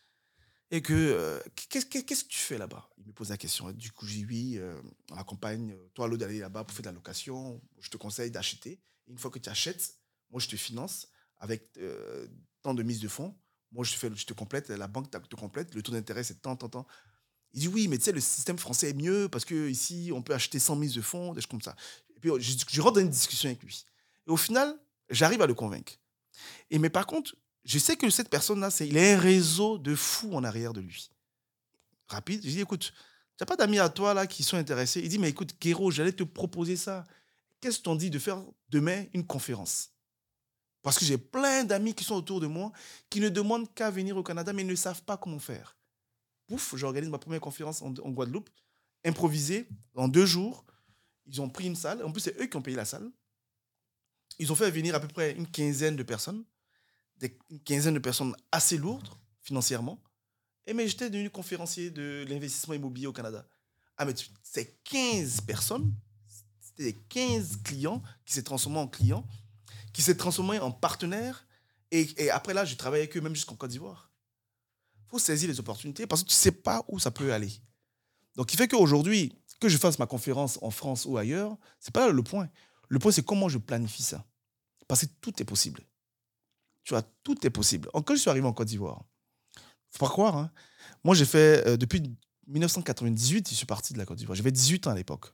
Et que, qu'est-ce que tu fais là-bas? Il me pose la question. Du coup, j'ai dit oui, on accompagne toi l'autre d'aller là-bas pour faire de la location. Je te conseille d'acheter. Et une fois que tu achètes, moi, je te finance avec tant de mise de fonds. Moi, je te complète, la banque te complète, le taux d'intérêt, c'est tant. Il dit oui, mais tu sais, le système français est mieux parce qu'ici, on peut acheter sans mise de fonds, des choses comme ça. Et puis, je rentre dans une discussion avec lui. Et au final, j'arrive à le convaincre. Mais par contre, je sais que cette personne-là, il a un réseau de fous en arrière de lui. Rapide. Je dis, écoute, tu n'as pas d'amis à toi là qui sont intéressés? Il dit, mais écoute, Kéro, j'allais te proposer ça. Qu'est-ce que t'en dis de faire demain une conférence? Parce que j'ai plein d'amis qui sont autour de moi qui ne demandent qu'à venir au Canada, mais ils ne savent pas comment faire. Pouf, j'organise ma première conférence en Guadeloupe, improvisée, en 2 jours. Ils ont pris une salle. En plus, c'est eux qui ont payé la salle. Ils ont fait venir à peu près une quinzaine de personnes. Une quinzaine de personnes assez lourdes financièrement. Mais j'étais devenu conférencier de l'investissement immobilier au Canada. Ah, mais c'est 15 personnes, c'était 15 clients qui s'est transformé en clients, qui s'est transformé en partenaires. Et après là, je travaille avec eux même jusqu'en Côte d'Ivoire. Il faut saisir les opportunités parce que tu ne sais pas où ça peut aller. Donc, il fait qu'aujourd'hui, que je fasse ma conférence en France ou ailleurs, ce n'est pas là le point. Le point, c'est comment je planifie ça. Parce que tout est possible. Tu vois, tout est possible. Quand je suis arrivé en Côte d'Ivoire, il ne faut pas croire, hein, moi, j'ai fait, depuis 1998, je suis parti de la Côte d'Ivoire. J'avais 18 ans à l'époque.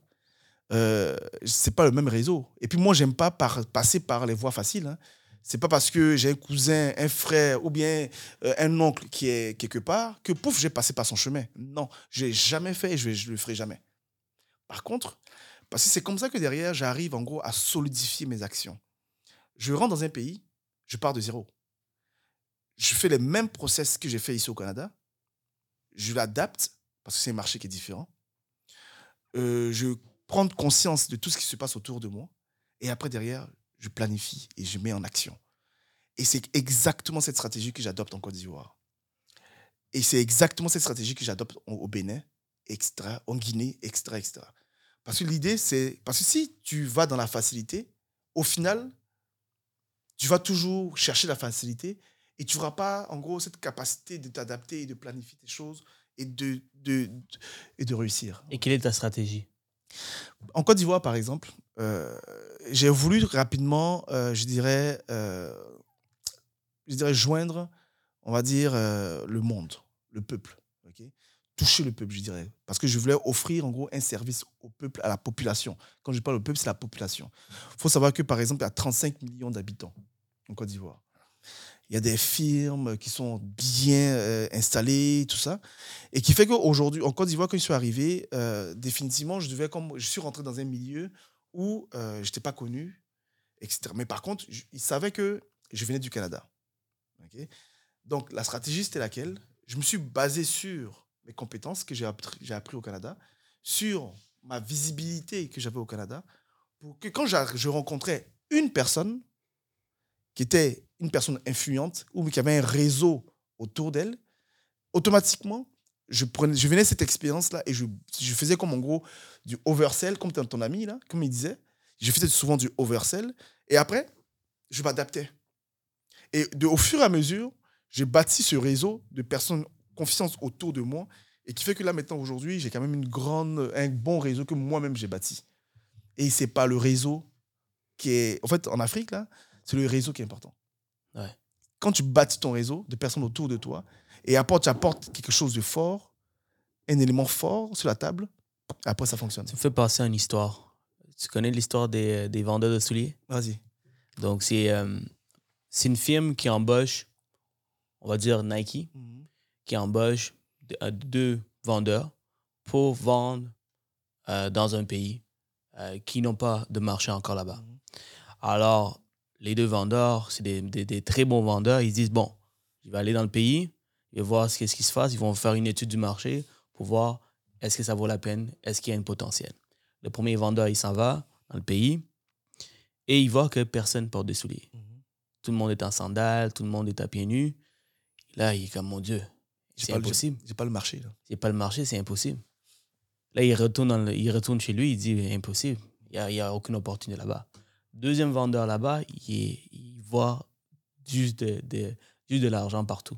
Ce n'est pas le même réseau. Et puis moi, je n'aime pas passer par les voies faciles. Hein. Ce n'est pas parce que j'ai un cousin, un frère ou bien un oncle qui est quelque part que pouf, j'ai passé par son chemin. Non, je ne l'ai jamais fait et je ne le ferai jamais. Par contre, parce que c'est comme ça que derrière, j'arrive en gros à solidifier mes actions. Je rentre dans un pays, je pars de zéro. Je fais les mêmes process que j'ai fait ici au Canada. Je l'adapte parce que c'est un marché qui est différent. Je prends conscience de tout ce qui se passe autour de moi. Et après, derrière, je planifie et je mets en action. Et c'est exactement cette stratégie que j'adopte en Côte d'Ivoire. Et c'est exactement cette stratégie que j'adopte au Bénin, etc., en Guinée, etc., etc. Parce que l'idée, c'est... Parce que si tu vas dans la facilité, au final, tu vas toujours chercher la facilité et tu n'auras pas, en gros, cette capacité de t'adapter et de planifier tes choses et de réussir. Et quelle est ta stratégie? En Côte d'Ivoire, par exemple, j'ai voulu rapidement, je dirais, joindre, on va dire, le monde, le peuple. Okay? toucher le peuple, je dirais. Parce que je voulais offrir, en gros, un service au peuple, à la population. Quand je parle au peuple, c'est la population. Il faut savoir que, par exemple, il y a 35 millions d'habitants en Côte d'Ivoire. Il y a des firmes qui sont bien installées, tout ça. Et qui fait qu'aujourd'hui, en Côte d'Ivoire, quand je suis arrivé, définitivement, je suis rentré dans un milieu où je n'étais pas connu, etc. Mais par contre, ils savaient que je venais du Canada. Ok. Donc, la stratégie, c'était laquelle? Je me suis basé sur mes compétences que j'ai appris au Canada, sur ma visibilité que j'avais au Canada, pour que quand je rencontrais une personne qui était une personne influente ou qui avait un réseau autour d'elle, automatiquement, je venais cette expérience-là et je faisais comme en gros du oversell, comme ton ami, là, comme il disait. Je faisais souvent du oversell et après, je m'adaptais. Et au fur et à mesure, j'ai bâti ce réseau de personnes confiance autour de moi et qui fait que là, maintenant, aujourd'hui, j'ai quand même un bon réseau que moi-même j'ai bâti. Et c'est pas le réseau qui est... En fait, en Afrique, là, c'est le réseau qui est important. Ouais. Quand tu bâtis ton réseau de personnes autour de toi et tu apportes quelque chose de fort, un élément fort sur la table, après, ça fonctionne. Tu me fais penser à une histoire. Tu connais l'histoire des vendeurs de souliers? Vas-y. Donc, c'est une firme qui embauche, on va dire Nike, qui embauche deux vendeurs pour vendre dans un pays qui n'ont pas de marché encore là-bas. Alors, les deux vendeurs, c'est des très bons vendeurs. Ils disent, bon, je vais aller dans le pays, je vais voir ce qui se passe. Ils vont faire une étude du marché pour voir est-ce que ça vaut la peine, est-ce qu'il y a un potentiel. Le premier vendeur, il s'en va dans le pays et il voit que personne porte de souliers. Tout le monde est en sandales, tout le monde est à pieds nus. Là, il est comme, mon Dieu, c'est impossible. J'ai pas le marché. Là. C'est pas le marché, c'est impossible. Là, il retourne chez lui, il dit, impossible. Il n'y a aucune opportunité là-bas. Deuxième vendeur là-bas, il voit juste de l'argent partout.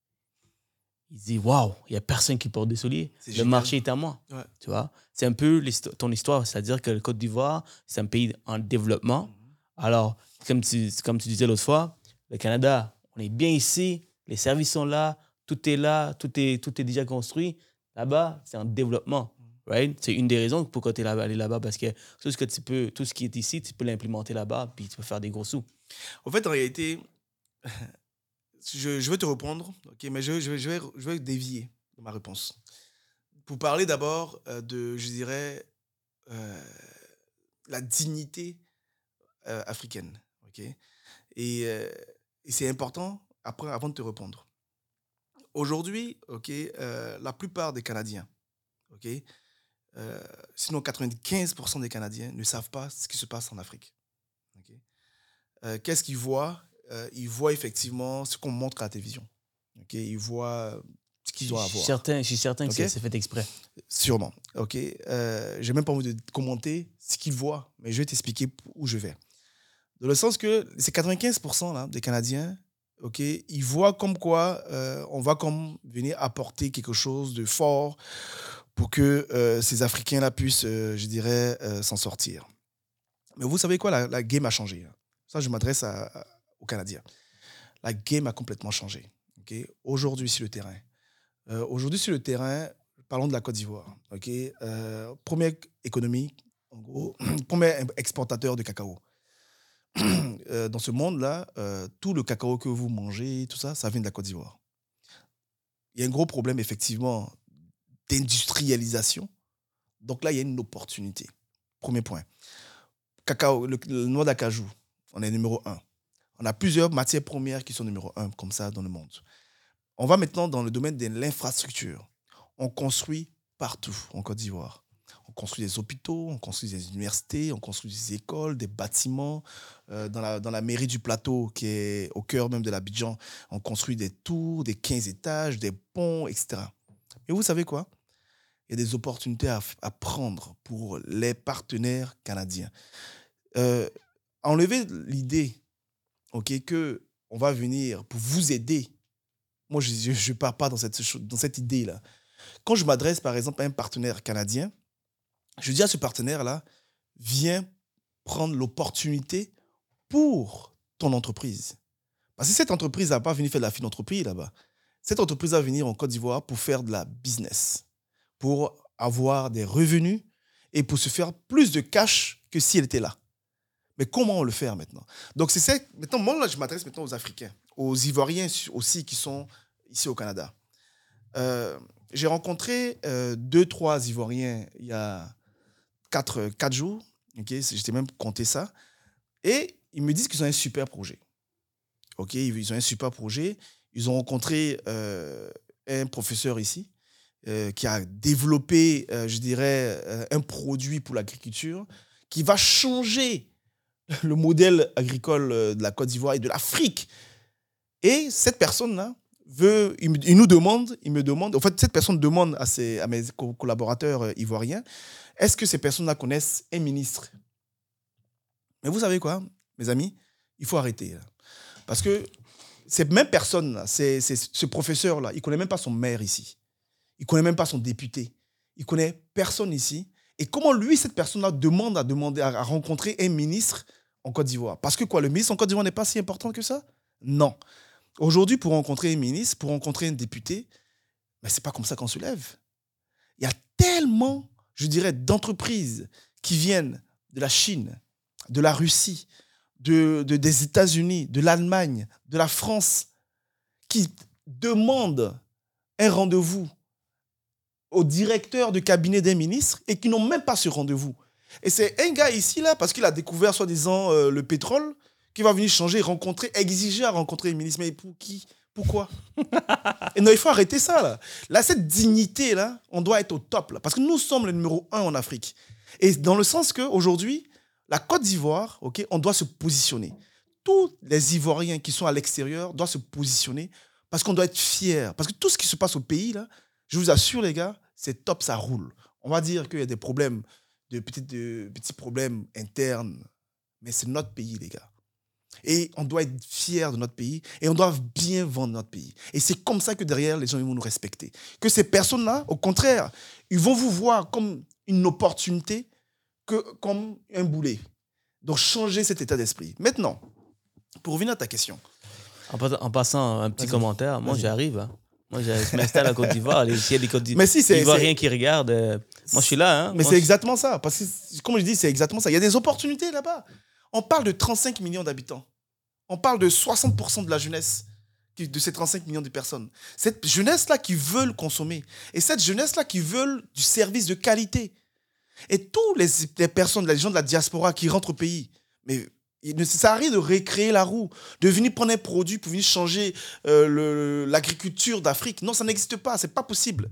Il dit, waouh, il n'y a personne qui porte des souliers. Le marché est à moi. Ouais. Tu vois? C'est un peu ton histoire. C'est-à-dire que le Côte d'Ivoire, c'est un pays en développement. Alors, comme tu disais l'autre fois, le Canada, on est bien ici, les services sont là, tout est déjà construit. Là-bas, c'est en développement. Right? C'est une des raisons pourquoi tu es allé là-bas, parce que tout ce qui est ici, tu peux l'implémenter là-bas, puis tu peux faire des gros sous. En fait, en réalité, je vais te répondre, okay, mais je vais dévier de ma réponse. Pour parler d'abord de, je dirais, la dignité africaine. Okay? Et c'est important, avant de te répondre. Aujourd'hui, la plupart des Canadiens, sinon 95% des Canadiens ne savent pas ce qui se passe en Afrique. Qu'est-ce qu'ils voient? Ils voient effectivement ce qu'on montre à la télévision. Ils voient ce qu'ils doivent avoir. Je suis certain que c'est fait exprès. Sûrement. J'ai même pas envie de commenter ce qu'ils voient, mais je vais t'expliquer où je vais. Dans le sens que ces 95% là, des Canadiens, ils voient comme quoi on va comme venir apporter quelque chose de fort pour que ces Africains-là puissent, je dirais, s'en sortir. Mais vous savez quoi, la game a changé. Ça, je m'adresse aux Canadiens. La game a complètement changé. Aujourd'hui, sur le terrain, parlons de la Côte d'Ivoire. Première économie, en gros, premier exportateur de cacao. Dans ce monde-là, tout le cacao que vous mangez, tout ça, ça vient de la Côte d'Ivoire. Il y a un gros problème, effectivement, d'industrialisation. Donc là, il y a une opportunité. Premier point. Cacao, le noix d'acajou, on est numéro 1. On a plusieurs matières premières qui sont numéro 1, comme ça, dans le monde. On va maintenant dans le domaine de l'infrastructure. On construit partout en Côte d'Ivoire. On construit des hôpitaux, on construit des universités, on construit des écoles, des bâtiments. Dans la mairie du Plateau, qui est au cœur même de l'Abidjan, on construit des tours, des 15 étages, des ponts, etc. Et vous savez quoi? Il y a des opportunités à prendre pour les partenaires canadiens. Enlever l'idée qu'on va venir pour vous aider. Moi, je ne pars pas dans cette idée-là. Quand je m'adresse, par exemple, à un partenaire canadien, je dis à ce partenaire-là, viens prendre l'opportunité pour ton entreprise. Parce que cette entreprise n'a pas venu faire de la philanthropie là-bas. Cette entreprise va venir en Côte d'Ivoire pour faire de la business. pour avoir des revenus et pour se faire plus de cash que si elle était là. Mais comment on le fait maintenant? Donc, c'est ça. Maintenant, moi, là, je m'adresse maintenant aux Africains, aux Ivoiriens aussi qui sont ici au Canada. J'ai rencontré 2-3 Ivoiriens il y a 4 jours. Okay? J'étais même compté ça. Et ils me disent qu'ils ont un super projet. Okay? Ils ont un super projet. Ils ont rencontré un professeur ici qui a développé, je dirais, un produit pour l'agriculture qui va changer le modèle agricole de la Côte d'Ivoire et de l'Afrique. Et cette personne-là il me demande, en fait, cette personne demande à mes collaborateurs ivoiriens, est-ce que ces personnes-là connaissent un ministre? Mais vous savez quoi, mes amis? Il faut arrêter. Là. Parce que cette même personne-là, ce professeur-là, il ne connaît même pas son maire ici. Il ne connaît même pas son député. Il ne connaît personne ici. Et comment lui, cette personne-là, demande à rencontrer un ministre en Côte d'Ivoire? Parce que quoi, le ministre en Côte d'Ivoire n'est pas si important que ça? Non. Aujourd'hui, pour rencontrer un ministre, pour rencontrer un député, mais ce n'est pas comme ça qu'on se lève. Il y a tellement, je dirais, d'entreprises qui viennent de la Chine, de la Russie, des États-Unis, de l'Allemagne, de la France, qui demandent un rendez-vous au directeur de cabinet d'un ministre et qui n'ont même pas ce rendez-vous. Et c'est un gars ici, là, parce qu'il a découvert, soi-disant, le pétrole, qui va venir changer, exiger à rencontrer le ministre. Mais pour qui? Pourquoi? Et non, il faut arrêter ça, là. Là, cette dignité-là, on doit être au top, là, parce que nous sommes le numéro 1 en Afrique. Et dans le sens qu'aujourd'hui, la Côte d'Ivoire, okay, on doit se positionner. Tous les Ivoiriens qui sont à l'extérieur doivent se positionner parce qu'on doit être fiers. Parce que tout ce qui se passe au pays, là, je vous assure, les gars, c'est top, ça roule. On va dire qu'il y a des problèmes, de petits problèmes internes, mais c'est notre pays, les gars. Et on doit être fiers de notre pays et on doit bien vendre notre pays. Et c'est comme ça que derrière, les gens ils vont nous respecter. Que ces personnes-là, au contraire, ils vont vous voir comme une opportunité que comme un boulet. Donc, changer cet état d'esprit. Maintenant, pour revenir à ta question. En passant un petit commentaire, moi, j'arrive. Hein. Moi, je m'installe à Côte d'Ivoire. S'il y a des Ivoiriens qui regardent, moi, je suis là. Hein. Mais c'est exactement ça. Parce que, comme je dis, c'est exactement ça. Il y a des opportunités là-bas. On parle de 35 millions d'habitants. On parle de 60% de la jeunesse, de ces 35 millions de personnes. Cette jeunesse-là qui veulent consommer. Et cette jeunesse-là qui veulent du service de qualité. Et tous les personnes, les gens de la diaspora qui rentrent au pays, mais ça arrive de recréer la roue, de venir prendre un produit pour venir changer l'agriculture d'Afrique. Non, ça n'existe pas, c'est pas possible.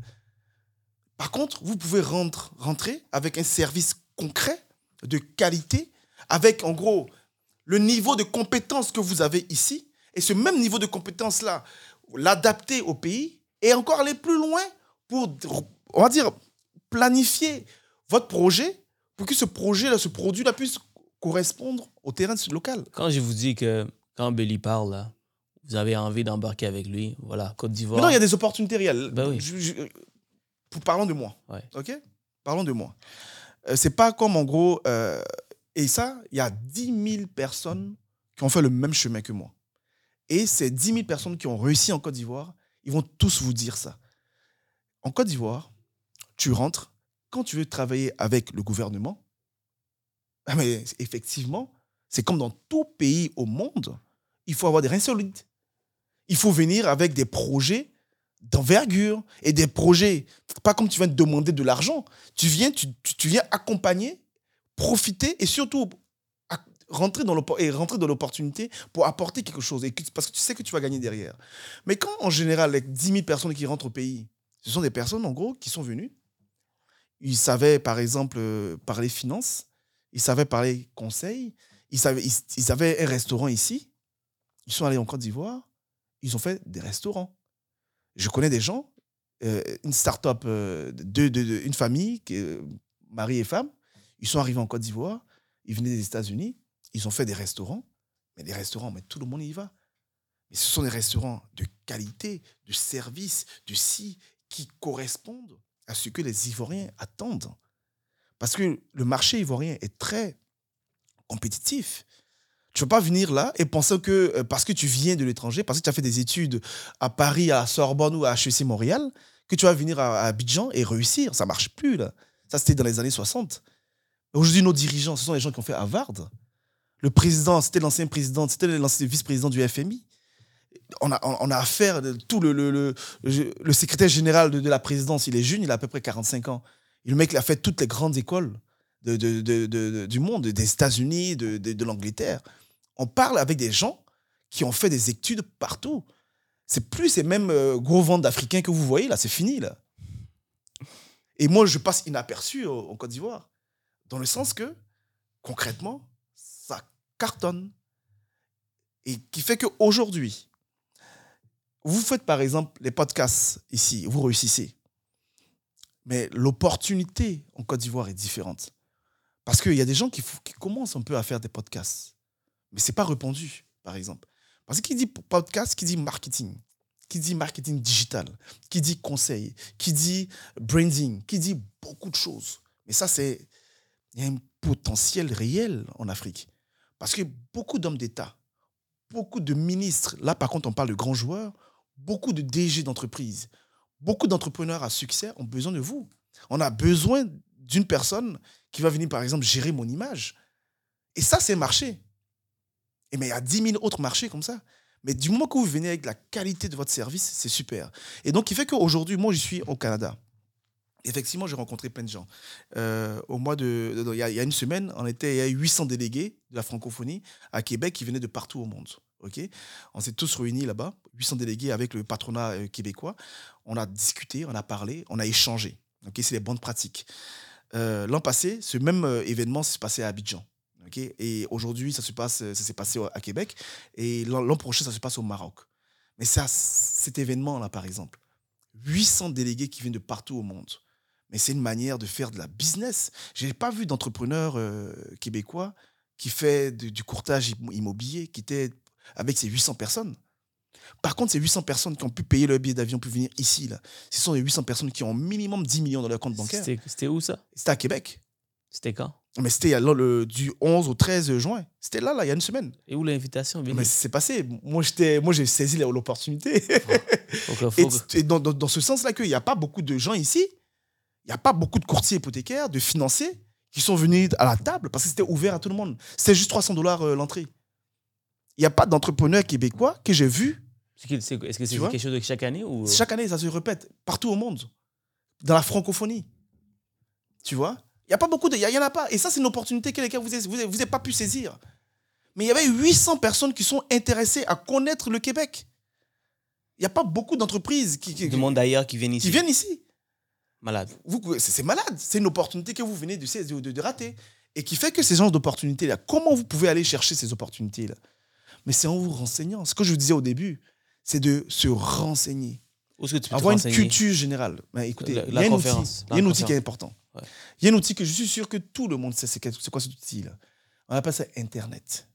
Par contre, vous pouvez rentrer avec un service concret, de qualité, avec en gros le niveau de compétence que vous avez ici, et ce même niveau de compétence-là, l'adapter au pays, et encore aller plus loin pour, on va dire, planifier votre projet pour que ce projet-là, ce produit-là puisse correspondre au terrain local. Quand je vous dis que quand Belly parle, là, vous avez envie d'embarquer avec lui, voilà, Côte d'Ivoire. Mais non, il y a des opportunités réelles. Ben oui. Parlons de moi. Ouais. OK? Parlons de moi. C'est pas comme en gros... et ça, il y a 10 000 personnes qui ont fait le même chemin que moi. Et ces 10 000 personnes qui ont réussi en Côte d'Ivoire, ils vont tous vous dire ça. En Côte d'Ivoire, tu rentres, quand tu veux travailler avec le gouvernement, mais effectivement, c'est comme dans tout pays au monde, il faut avoir des reins solides. Il faut venir avec des projets d'envergure et des projets, pas comme tu viens de demander de l'argent. Tu viens accompagner, profiter et surtout rentrer dans l'opportunité pour apporter quelque chose. Parce que tu sais que tu vas gagner derrière. Mais quand, en général, les 10 000 personnes qui rentrent au pays, ce sont des personnes, en gros, qui sont venues. Ils savaient, par exemple, parler finance. Ils savaient parler conseil. Ils avaient un restaurant ici. Ils sont allés en Côte d'Ivoire. Ils ont fait des restaurants. Je connais des gens, une start-up, une famille, mari et femme. Ils sont arrivés en Côte d'Ivoire. Ils venaient des États-Unis. Ils ont fait des restaurants. Mais tout le monde y va. Mais ce sont des restaurants de qualité, de service, qui correspondent à ce que les Ivoiriens attendent. Parce que le marché ivoirien est très compétitif. Tu ne peux pas venir là et penser que parce que tu viens de l'étranger, parce que tu as fait des études à Paris, à Sorbonne ou à HEC Montréal, que tu vas venir à Abidjan et réussir. Ça ne marche plus, là. Ça, c'était dans les années 60. Aujourd'hui, nos dirigeants, ce sont les gens qui ont fait Harvard. Le président, c'était l'ancien président, c'était l'ancien vice-président du FMI. On a affaire, tout le secrétaire général de la présidence, il est jeune, il a à peu près 45 ans. Et le mec, il a fait toutes les grandes écoles du monde, des États-Unis, de l'Angleterre. On parle avec des gens qui ont fait des études partout. C'est plus ces mêmes gros ventres d'Africains que vous voyez, là, c'est fini, là. Et moi, je passe inaperçu en Côte d'Ivoire. Dans le sens que, concrètement, ça cartonne. Et qui fait qu'aujourd'hui, vous faites par exemple les podcasts ici, vous réussissez. Mais l'opportunité en Côte d'Ivoire est différente. Parce qu'il y a des gens qui commencent un peu à faire des podcasts. Mais ce n'est pas répandu, par exemple. Parce que qui dit podcast, qui dit marketing digital, qui dit conseil, qui dit branding, qui dit beaucoup de choses. Mais ça, il y a un potentiel réel en Afrique. Parce que beaucoup d'hommes d'État, beaucoup de ministres, là par contre on parle de grands joueurs, beaucoup de DG d'entreprises, beaucoup d'entrepreneurs à succès ont besoin de vous. On a besoin d'une personne qui va venir par exemple gérer mon image. Et ça c'est marché. Mais il y a 10 000 autres marchés comme ça. Mais du moment que vous venez avec la qualité de votre service, c'est super. Et donc, il fait qu'aujourd'hui, moi, je suis au Canada. Effectivement, j'ai rencontré plein de gens. Au mois il y a une semaine, il y a 800 délégués de la francophonie à Québec qui venaient de partout au monde. Okay, on s'est tous réunis là-bas, 800 délégués avec le patronat québécois. On a discuté, on a parlé, on a échangé. Okay, c'est les bonnes pratiques. L'an passé, ce même événement s'est passé à Abidjan. Okay? Et aujourd'hui, ça s'est passé à Québec. Et l'an prochain, ça se passe au Maroc. Mais cet événement-là, par exemple, 800 délégués qui viennent de partout au monde. Mais c'est une manière de faire de la business. Je n'ai pas vu d'entrepreneur québécois qui fait du courtage immobilier, qui était avec ces 800 personnes. Par contre, ces 800 personnes qui ont pu payer leur billet d'avion pour venir ici, là, ce sont les 800 personnes qui ont minimum 10 millions dans leur compte bancaire. C'était où ça? C'était à Québec. C'était quand? Mais c'était du 11 au 13 juin. C'était là, il y a une semaine. Et où l'invitation? Mais c'est passé. Moi, j'ai saisi l'opportunité. Et dans ce sens-là, qu'il n'y a pas beaucoup de gens ici, il n'y a pas beaucoup de courtiers hypothécaires, de financiers qui sont venus à la table parce que c'était ouvert à tout le monde. C'était juste $300 l'entrée. Il n'y a pas d'entrepreneur québécois que j'ai vu. Est-ce que c'est quelque chose de chaque année ou... Chaque année, ça se répète partout au monde. Dans la francophonie. Tu vois? Il n'y a pas beaucoup de... Il n'y en a pas. Et ça, c'est une opportunité que lesquelles vous n'avez pas pu saisir. Mais il y avait 800 personnes qui sont intéressées à connaître le Québec. Il n'y a pas beaucoup d'entreprises du monde d'ailleurs qui viennent ici. Qui viennent ici. Malade. C'est malade. C'est une opportunité que vous venez de rater. Et qui fait que ces genres d'opportunités-là, comment vous pouvez aller chercher ces opportunités-là? Mais c'est en vous renseignant. Ce que je vous disais au début, c'est de se renseigner. Où est-ce que tu peux avoir une culture générale. Mais écoutez, il y a un outil qui est important. Ouais. Il y a un outil que je suis sûr que tout le monde sait. C'est quoi cet outil-là? On appelle ça Internet.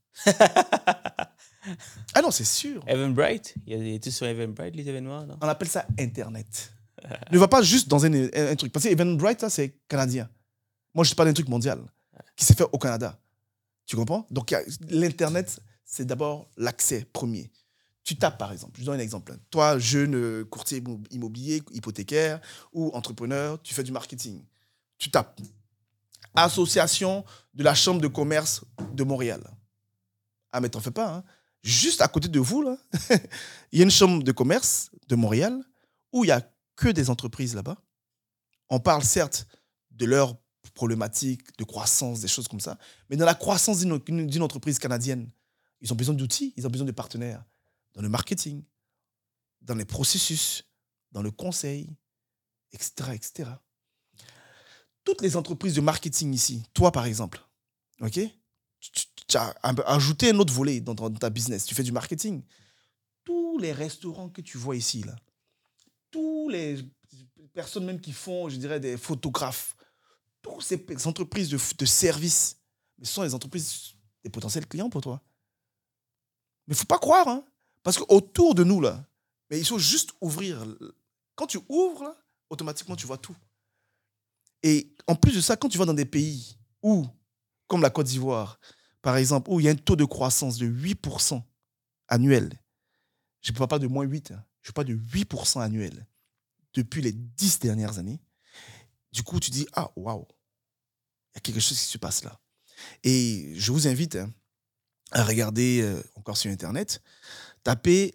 Ah non, c'est sûr. Eventbrite? Il y a tout sur Eventbrite, les événements, non? On appelle ça Internet. Ne va pas juste dans un truc. Parce que Eventbrite, ça, c'est canadien. Moi, je parle d'un truc mondial qui s'est fait au Canada. Tu comprends? Donc, l'Internet, c'est d'abord l'accès premier. Tu tapes, par exemple, je donne un exemple. Toi, jeune courtier immobilier, hypothécaire ou entrepreneur, tu fais du marketing. Tu tapes Association de la Chambre de commerce de Montréal. Ah, mais t'en fais pas. Hein. Juste à côté de vous, là, il y a une chambre de commerce de Montréal où il n'y a que des entreprises là-bas. On parle certes de leurs problématiques, de croissance, des choses comme ça, mais dans la croissance d'une entreprise canadienne, ils ont besoin d'outils, ils ont besoin de partenaires. Dans le marketing, dans les processus, dans le conseil, etc., etc. Toutes les entreprises de marketing ici, toi par exemple, ok, tu as ajouté un autre volet dans ta business, tu fais du marketing. Tous les restaurants que tu vois ici, là, tous les personnes même qui font, je dirais, des photographes, toutes ces entreprises de services, ce sont les entreprises, des potentiels clients pour toi. Mais il ne faut pas croire, hein. Parce qu'autour de nous, là, mais il faut juste ouvrir. Quand tu ouvres, là, automatiquement, tu vois tout. Et en plus de ça, quand tu vas dans des pays où, comme la Côte d'Ivoire, par exemple, où il y a un taux de croissance de 8% annuel, je ne parle pas de moins 8, hein, je parle de 8% annuel. depuis les 10 dernières années, du coup, tu dis, ah, waouh, il y a quelque chose qui se passe là. Et je vous invite à regarder encore sur Internet, taper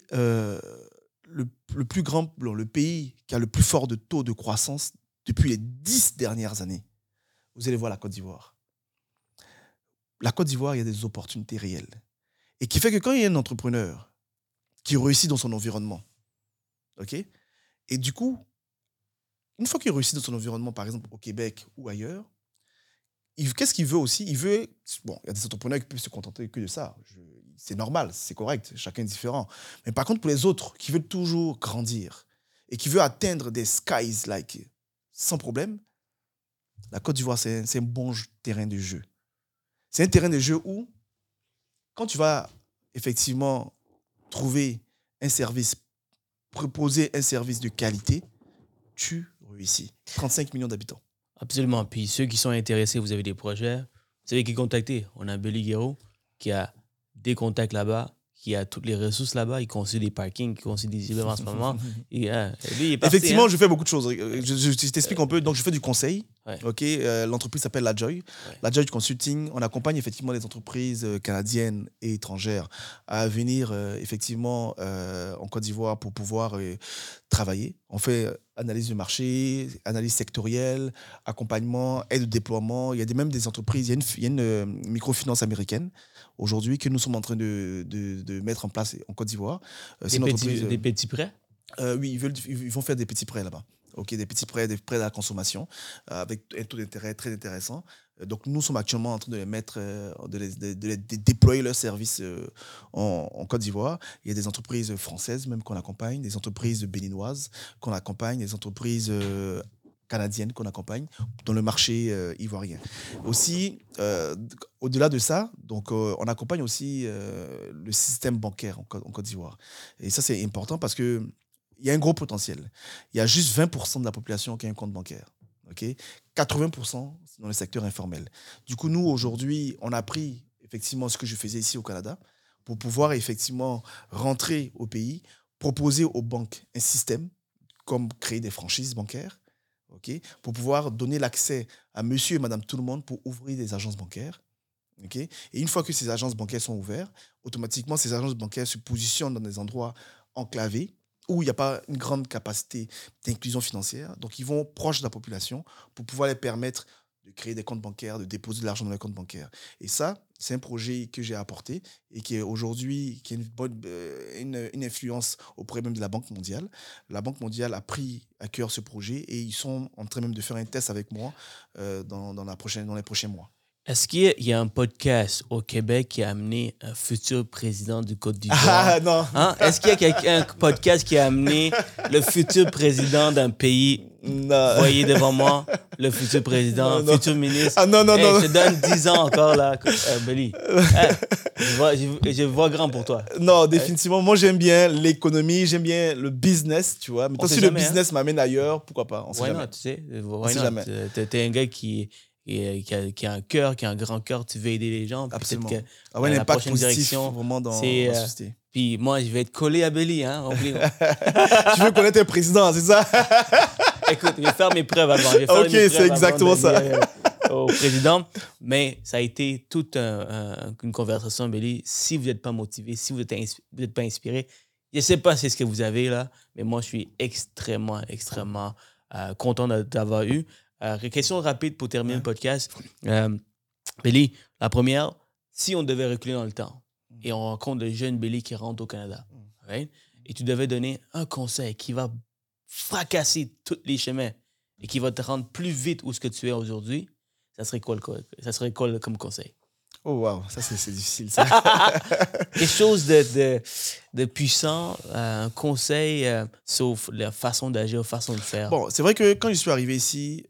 le plus grand, le pays qui a le plus fort de taux de croissance depuis les 10 dernières années. Vous allez voir la Côte d'Ivoire. La Côte d'Ivoire, il y a des opportunités réelles. Et qui fait que quand il y a un entrepreneur qui réussit dans son environnement, ok, et du coup, une fois qu'il réussit dans son environnement, par exemple au Québec ou ailleurs, qu'est-ce qu'il veut aussi? Il veut... Bon, il y a des entrepreneurs qui peuvent se contenter que de ça. C'est normal, c'est correct, chacun est différent. Mais par contre, pour les autres qui veulent toujours grandir et qui veulent atteindre des skies sans problème, la Côte d'Ivoire, c'est un bon terrain de jeu. C'est un terrain de jeu où, quand tu vas effectivement trouver un service, proposer un service de qualité, tu réussis. 35 millions d'habitants. Absolument. Puis ceux qui sont intéressés, vous avez des projets, vous savez qui contacter. On a Belly Guéraud qui a des contacts là-bas, qui a toutes les ressources là-bas. Il construit des parkings, il construit des immeubles en ce moment. Et, lui, il est parti, effectivement, je fais beaucoup de choses. Je t'explique un peu. Donc, je fais du conseil. Ouais. Okay, l'entreprise s'appelle La Joy. Ouais. La Joy Consulting. On accompagne effectivement les entreprises canadiennes et étrangères à venir effectivement en Côte d'Ivoire pour pouvoir travailler. On fait analyse du marché, analyse sectorielle, accompagnement, aide au déploiement. Il y a même des entreprises. Il y a une microfinance américaine aujourd'hui que nous sommes en train de mettre en place en Côte d'Ivoire. Des petits prêts? Oui, ils vont faire des petits prêts là-bas. Okay, des petits prêts, des prêts à la consommation avec un taux d'intérêt très intéressant. Donc, nous sommes actuellement en train de les mettre, de déployer leurs services en Côte d'Ivoire. Il y a des entreprises françaises même qu'on accompagne, des entreprises béninoises qu'on accompagne, des entreprises canadiennes qu'on accompagne dans le marché ivoirien. Aussi, au-delà de ça, donc, on accompagne aussi le système bancaire en Côte d'Ivoire. Et ça, c'est important parce que il y a un gros potentiel. Il y a juste 20% de la population qui a un compte bancaire. Okay? 80% dans le secteur informel. Du coup, nous, aujourd'hui, on a pris effectivement ce que je faisais ici au Canada pour pouvoir effectivement rentrer au pays, proposer aux banques un système comme créer des franchises bancaires, okay? Pour pouvoir donner l'accès à monsieur et madame tout le monde pour ouvrir des agences bancaires. Okay? Et une fois que ces agences bancaires sont ouvertes, automatiquement, ces agences bancaires se positionnent dans des endroits enclavés, où il n'y a pas une grande capacité d'inclusion financière. Donc, ils vont proche de la population pour pouvoir les permettre de créer des comptes bancaires, de déposer de l'argent dans les comptes bancaires. Et ça, c'est un projet que j'ai apporté et qui est aujourd'hui qui a une influence auprès même de la Banque mondiale. La Banque mondiale a pris à cœur ce projet et ils sont en train même de faire un test avec moi dans les prochains mois. Est-ce qu'il y a un podcast au Québec qui a amené un futur président du Côte d'Ivoire? Ah, non. Hein? Est-ce qu'il y a un podcast qui a amené le futur président d'un pays? Non. Vous voyez devant moi le futur président, non. futur ministre. Ah non. Je te donne 10 ans encore, là, Belly. Je vois grand pour toi. Non, définitivement. Moi, j'aime bien l'économie, j'aime bien le business, tu vois. Mais toi, si le business m'amène ailleurs, pourquoi pas? On sait jamais. Tu sais. Why not? T'es un gars qui a un cœur, qui a un grand cœur, tu veux aider les gens. Absolument. Que un impact positif vraiment dans la société. Puis moi, je vais être collé à Belly. Hein, tu veux connaître un président, c'est ça? Écoute, je vais faire mes preuves avant. Ok, c'est exactement ça. Au président. Mais ça a été toute une conversation, Belly. Si vous n'êtes pas motivé, si vous n'êtes pas inspiré, je ne sais pas c'est ce que vous avez là, mais moi, je suis extrêmement content d'avoir eu. Question rapide pour terminer le podcast. Belly, la première, si on devait reculer dans le temps et on rencontre de jeunes Belly qui rentrent au Canada, right? Et tu devais donner un conseil qui va fracasser tous les chemins et qui va te rendre plus vite où ce que tu es aujourd'hui, ça serait quoi comme conseil? Oh wow, ça c'est difficile ça. Quelque chose de puissant, un conseil sur la façon d'agir, la façon de faire. Bon, c'est vrai que quand je suis arrivé ici,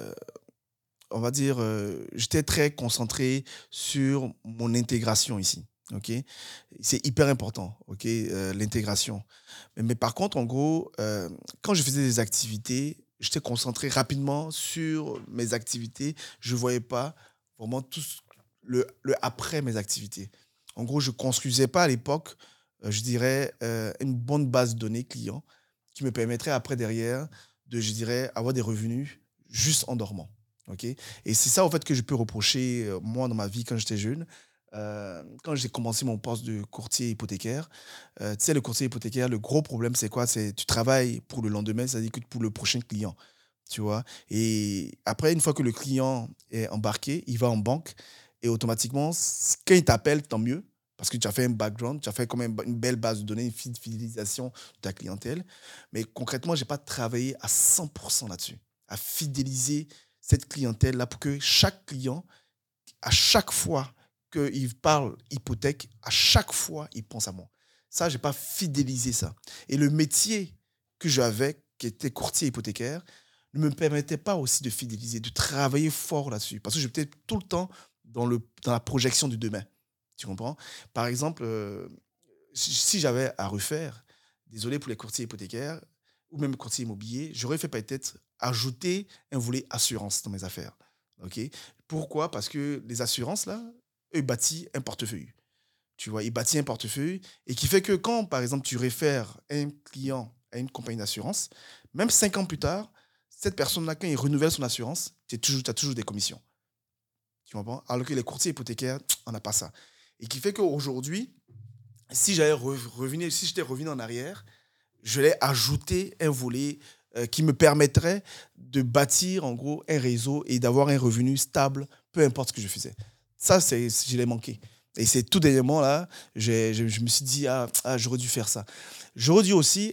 on va dire, j'étais très concentré sur mon intégration ici. Okay? C'est hyper important, okay? L'intégration. Mais par contre, en gros, quand je faisais des activités, j'étais concentré rapidement sur mes activités. Je ne voyais pas vraiment tout le après mes activités. En gros, je ne construisais pas à l'époque, je dirais, une bonne base de données clients qui me permettrait après, derrière, de, je dirais, avoir des revenus juste en dormant. Okay? Et c'est ça, en fait, que je peux reprocher, moi, dans ma vie, quand j'étais jeune. Quand j'ai commencé mon poste de courtier hypothécaire, tu sais, le courtier hypothécaire, le gros problème, c'est quoi? C'est tu travailles pour le lendemain, c'est-à-dire que pour le prochain client, tu vois. Et après, une fois que le client est embarqué, il va en banque et automatiquement, quand il t'appelle, tant mieux, parce que tu as fait un background, tu as fait comme une belle base de données, une fidélisation de ta clientèle. Mais concrètement, je n'ai pas travaillé à 100% là-dessus, à fidéliser cette clientèle-là pour que chaque client, à chaque fois qu'il parle hypothèque, à chaque fois, il pense à moi. Ça, je n'ai pas fidélisé ça. Et le métier que j'avais, qui était courtier hypothécaire, ne me permettait pas aussi de fidéliser, de travailler fort là-dessus. Parce que j'étais tout le temps dans la projection du demain. Tu comprends? Par exemple, si j'avais à refaire, désolé pour les courtiers hypothécaires ou même courtiers immobiliers, j'aurais fait peut-être ajouter un volet assurance dans mes affaires. Okay? Pourquoi? Parce que les assurances, là, eux, bâtissent un portefeuille. Tu vois, ils bâtissent un portefeuille et qui fait que quand, par exemple, tu réfères un client à une compagnie d'assurance, même 5 ans plus tard, cette personne-là, quand il renouvelle son assurance, tu as toujours des commissions. Tu comprends? Alors que les courtiers hypothécaires, on n'a pas ça. Et qui fait qu'aujourd'hui, si j'étais revenu en arrière, je l'ai ajouté un volet qui me permettrait de bâtir, en gros, un réseau et d'avoir un revenu stable, peu importe ce que je faisais. Ça, je l'ai manqué. Et c'est tout dernièrement, là, je me suis dit, j'aurais dû faire ça. J'aurais dû aussi,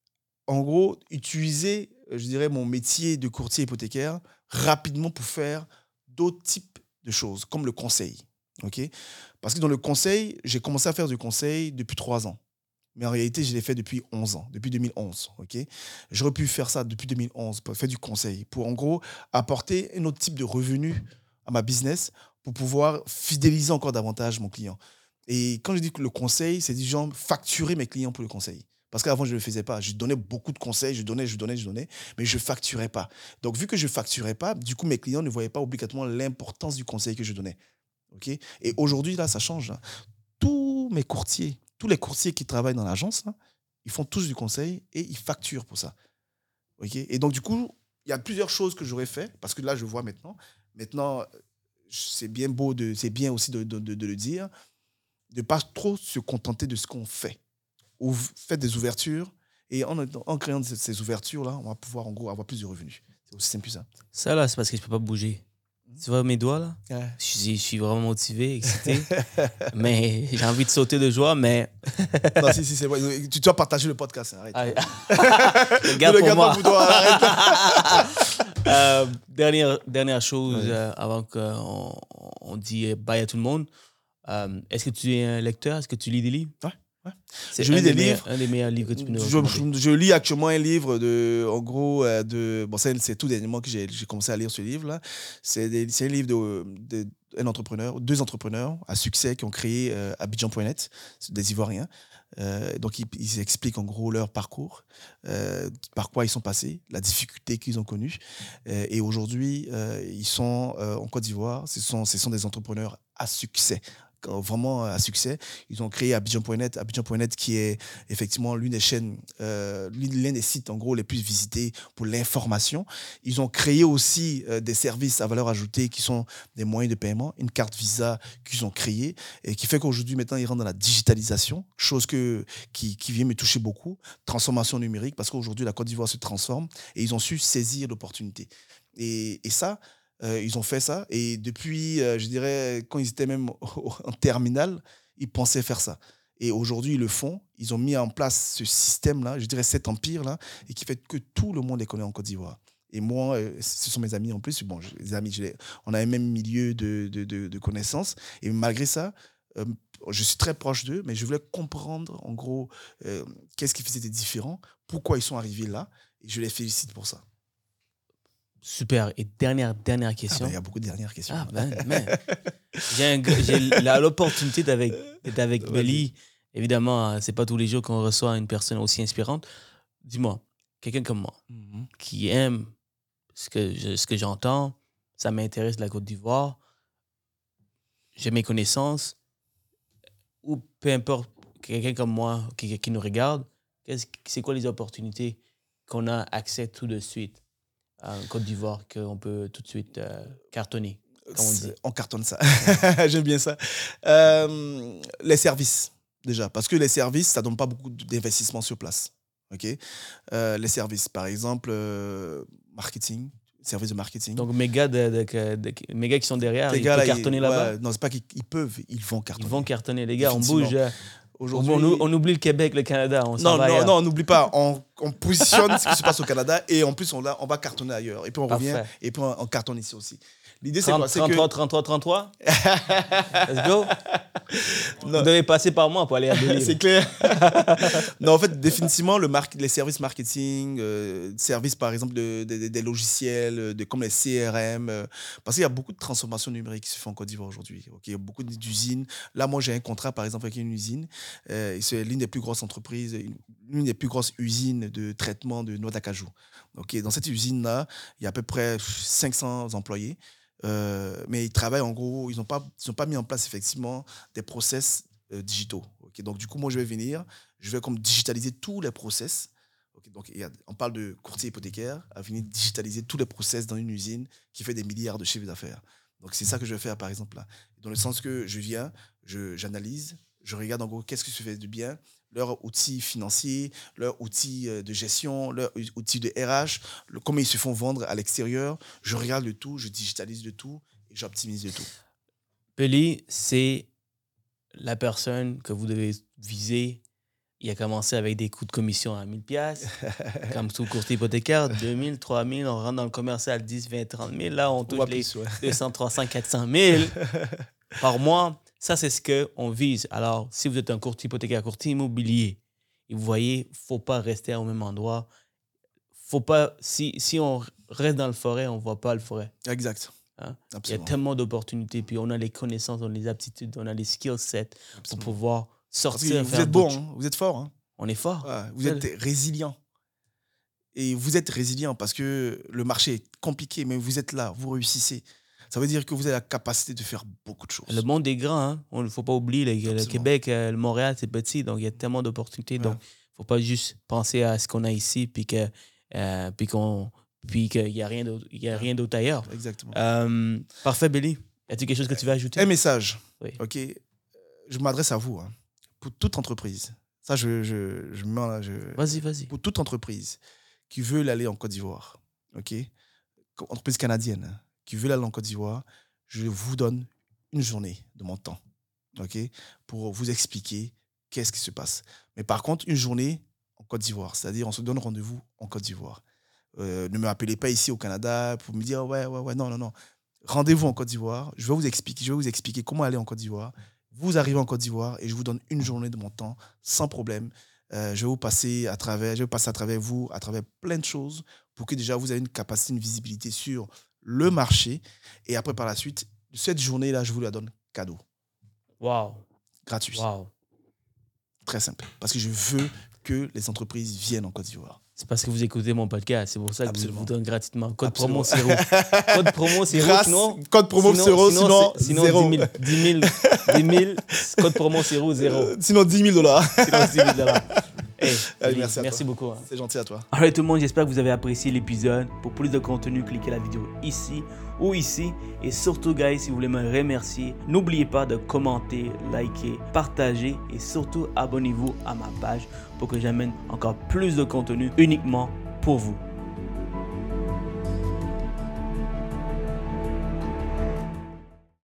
en gros, utiliser, je dirais, mon métier de courtier hypothécaire rapidement pour faire d'autres types de choses, comme le conseil. Okay? Parce que dans le conseil, j'ai commencé à faire du conseil depuis 3 ans. Mais en réalité, je l'ai fait depuis 11 ans, depuis 2011. Okay? J'aurais pu faire ça depuis 2011, pour faire du conseil, pour en gros apporter un autre type de revenu à ma business pour pouvoir fidéliser encore davantage mon client. Et quand je dis que le conseil, c'est du genre facturer mes clients pour le conseil. Parce qu'avant, je ne le faisais pas. Je donnais beaucoup de conseils, je donnais, mais je ne facturais pas. Donc, vu que je ne facturais pas, du coup, mes clients ne voyaient pas obligatoirement l'importance du conseil que je donnais. Okay? Et aujourd'hui, là, ça change. Là. Tous les courtiers qui travaillent dans l'agence, là, ils font tous du conseil et ils facturent pour ça. Okay? Et donc, du coup, il y a plusieurs choses que j'aurais fait, parce que là, je vois maintenant. Maintenant, c'est bien aussi de le dire, de ne pas trop se contenter de ce qu'on fait. Ou faites des ouvertures, et en créant ces ouvertures-là, on va pouvoir, en gros, avoir plus de revenus. C'est aussi simple que ça. Ça, là, c'est parce que je ne peux pas bouger. Tu vois mes doigts, là? Ouais. Je suis vraiment motivé, excité. Mais j'ai envie de sauter de joie, mais... Non, si, c'est vrai. Tu dois partager le podcast. Arrête. Le gars pour moi. Dernière chose, avant qu'on dise bye à tout le monde. Est-ce que tu es un lecteur? Est-ce que tu lis des livres? Ouais. Je lis des livres. Un des meilleurs livres que tu peux nous recommander. Je lis actuellement un livre c'est tout dernièrement que j'ai commencé à lire ce livre-là. C'est un livre d'un entrepreneur, 2 entrepreneurs à succès qui ont créé Abidjan.net, des Ivoiriens. Donc, ils expliquent en gros leur parcours, par quoi ils sont passés, la difficulté qu'ils ont connue. Et aujourd'hui, ils sont en Côte d'Ivoire. Ce sont des entrepreneurs à succès. Vraiment à succès. Ils ont créé Abidjan.net qui est effectivement l'un des sites en gros les plus visités pour l'information. Ils ont créé aussi des services à valeur ajoutée qui sont des moyens de paiement, une carte Visa qu'ils ont créée et qui fait qu'aujourd'hui maintenant ils rentrent dans la digitalisation, chose qui vient me toucher beaucoup, transformation numérique, parce qu'aujourd'hui la Côte d'Ivoire se transforme et ils ont su saisir l'opportunité. Et ça, ils ont fait ça et depuis, je dirais, quand ils étaient même en terminale, ils pensaient faire ça. Et aujourd'hui, ils le font. Ils ont mis en place ce système-là, je dirais cet empire-là, et qui fait que tout le monde les connaît en Côte d'Ivoire. Et moi, ce sont mes amis en plus. Bon, les amis, on a un même milieu de connaissances. Et malgré ça, je suis très proche d'eux, mais je voulais comprendre, en gros, qu'est-ce qui faisait des différents, pourquoi ils sont arrivés là. Et je les félicite pour ça. Super. Et dernière question. Il y a beaucoup de dernières questions. J'ai l'opportunité d'être avec Belly. Évidemment, c'est pas tous les jours qu'on reçoit une personne aussi inspirante. Dis-moi, quelqu'un comme moi, qui aime ce que j'entends, ça m'intéresse de la Côte d'Ivoire, j'ai mes connaissances, ou peu importe, quelqu'un comme moi qui nous regarde, c'est quoi les opportunités qu'on a accès tout de suite en Côte d'Ivoire, qu'on peut tout de suite cartonner, comme on dit? On cartonne ça. J'aime bien ça. Les services, déjà. Parce que les services, ça ne donne pas beaucoup d'investissement sur place. Okay? Les services, par exemple, marketing, services de marketing. Donc, mes gars qui sont derrière, les ils gars, peuvent cartonner là-bas? Ouais, non, c'est pas qu'ils peuvent, ils vont cartonner. Ils vont cartonner. Les gars, on bouge. Aujourd'hui, on oublie le Québec, le Canada. Non, on n'oublie pas. On positionne ce qui se passe au Canada et en plus, on va cartonner ailleurs. Et puis, on revient et puis, on cartonne ici aussi. L'idée, c'est quoi? 33. Let's go. Vous devez passer par moi pour aller à Belize. C'est clair. Non, en fait, définitivement, les services marketing, services, par exemple, des logiciels, comme les CRM, parce qu'il y a beaucoup de transformations numériques qui se font en Côte d'Ivoire aujourd'hui. Okay? Il y a beaucoup d'usines. Là, moi, j'ai un contrat, par exemple, avec une usine. C'est l'une des plus grosses entreprises, l'une des plus grosses usines de traitement de noix d'acajou. Okay? Dans cette usine-là, il y a à peu près 500 employés. Mais ils travaillent en gros, ils n'ont pas mis en place effectivement des process digitaux. Okay? Donc du coup, moi je vais venir, je vais comme digitaliser tous les process. Okay? Donc on parle de courtier hypothécaire, à venir digitaliser tous les process dans une usine qui fait des milliards de chiffres d'affaires. Donc c'est ça que je vais faire par exemple là. Dans le sens que je viens, j'analyse, je regarde en gros qu'est-ce qui se fait de bien, leurs outils financiers, leurs outils de gestion, leurs outils de RH, comment ils se font vendre à l'extérieur. Je regarde le tout, je digitalise le tout et j'optimise le tout. Peli, c'est la personne que vous devez viser. Il a commencé avec des coûts de commission à 1000$, comme tout courtier hypothécaire, 2000, 3000, on rentre dans le commercial 10, 20, 30 000. Là, on touche les 200, 300, 400 000 par mois. Ça, c'est ce qu'on vise. Alors, si vous êtes un courtier hypothécaire, courtier immobilier, et vous voyez, il ne faut pas rester au même endroit. Faut pas, si on reste dans le forêt, on ne voit pas le forêt. Exact. Hein? Il y a tellement d'opportunités. Puis on a les connaissances, on a les aptitudes, on a les skill sets pour pouvoir sortir. Vous êtes bon, hein? Vous êtes fort. Hein? On est fort. Ouais, vous êtes résilient. Et vous êtes résilient parce que le marché est compliqué, mais vous êtes là, vous réussissez. Ça veut dire que vous avez la capacité de faire beaucoup de choses. Le monde est grand. Hein? Il ne faut pas oublier, le Québec, le Montréal, c'est petit. Donc, il y a tellement d'opportunités. Ouais. Donc, il ne faut pas juste penser à ce qu'on a ici puis qu'il n'y a rien d'autre ailleurs. Exactement. Parfait, Belly. Y-a-t-il quelque chose que tu veux ajouter? Un message. Oui. OK. Je m'adresse à vous. Hein. Pour toute entreprise. Ça, je me mets là. Vas-y. Pour toute entreprise qui veut aller en Côte d'Ivoire, OK? Entreprise canadienne, hein, qui veut aller en Côte d'Ivoire, je vous donne une journée de mon temps, OK, pour vous expliquer qu'est-ce qui se passe. Mais par contre, une journée en Côte d'Ivoire, c'est-à-dire on se donne rendez-vous en Côte d'Ivoire. Ne me appelez pas ici au Canada pour me dire ouais, non. Rendez-vous en Côte d'Ivoire, je vais vous expliquer comment aller en Côte d'Ivoire. Vous arrivez en Côte d'Ivoire et je vous donne une journée de mon temps sans problème. Je vais passer à travers vous, à travers plein de choses pour que déjà vous ayez une capacité, une visibilité sur le marché. Et après, par la suite, cette journée-là, je vous la donne cadeau. Wow. Gratuit. Wow. Très simple. Parce que je veux que les entreprises viennent en Côte d'Ivoire. C'est parce que vous écoutez mon podcast. C'est pour ça que Absolument. je vous donne gratuitement. Code Absolument. promo Zéro. Code promo Zéro. Code promo Zéro, sinon 0. 10 000. Code promo Zéro. Sinon $10 000. Sinon 10 000. Hey, allez, merci beaucoup. Hein. C'est gentil à toi. Alright tout le monde, j'espère que vous avez apprécié l'épisode. Pour plus de contenu, cliquez la vidéo ici ou ici. Et surtout, guys, si vous voulez me remercier, n'oubliez pas de commenter, liker, partager et surtout abonnez-vous à ma page pour que j'amène encore plus de contenu uniquement pour vous.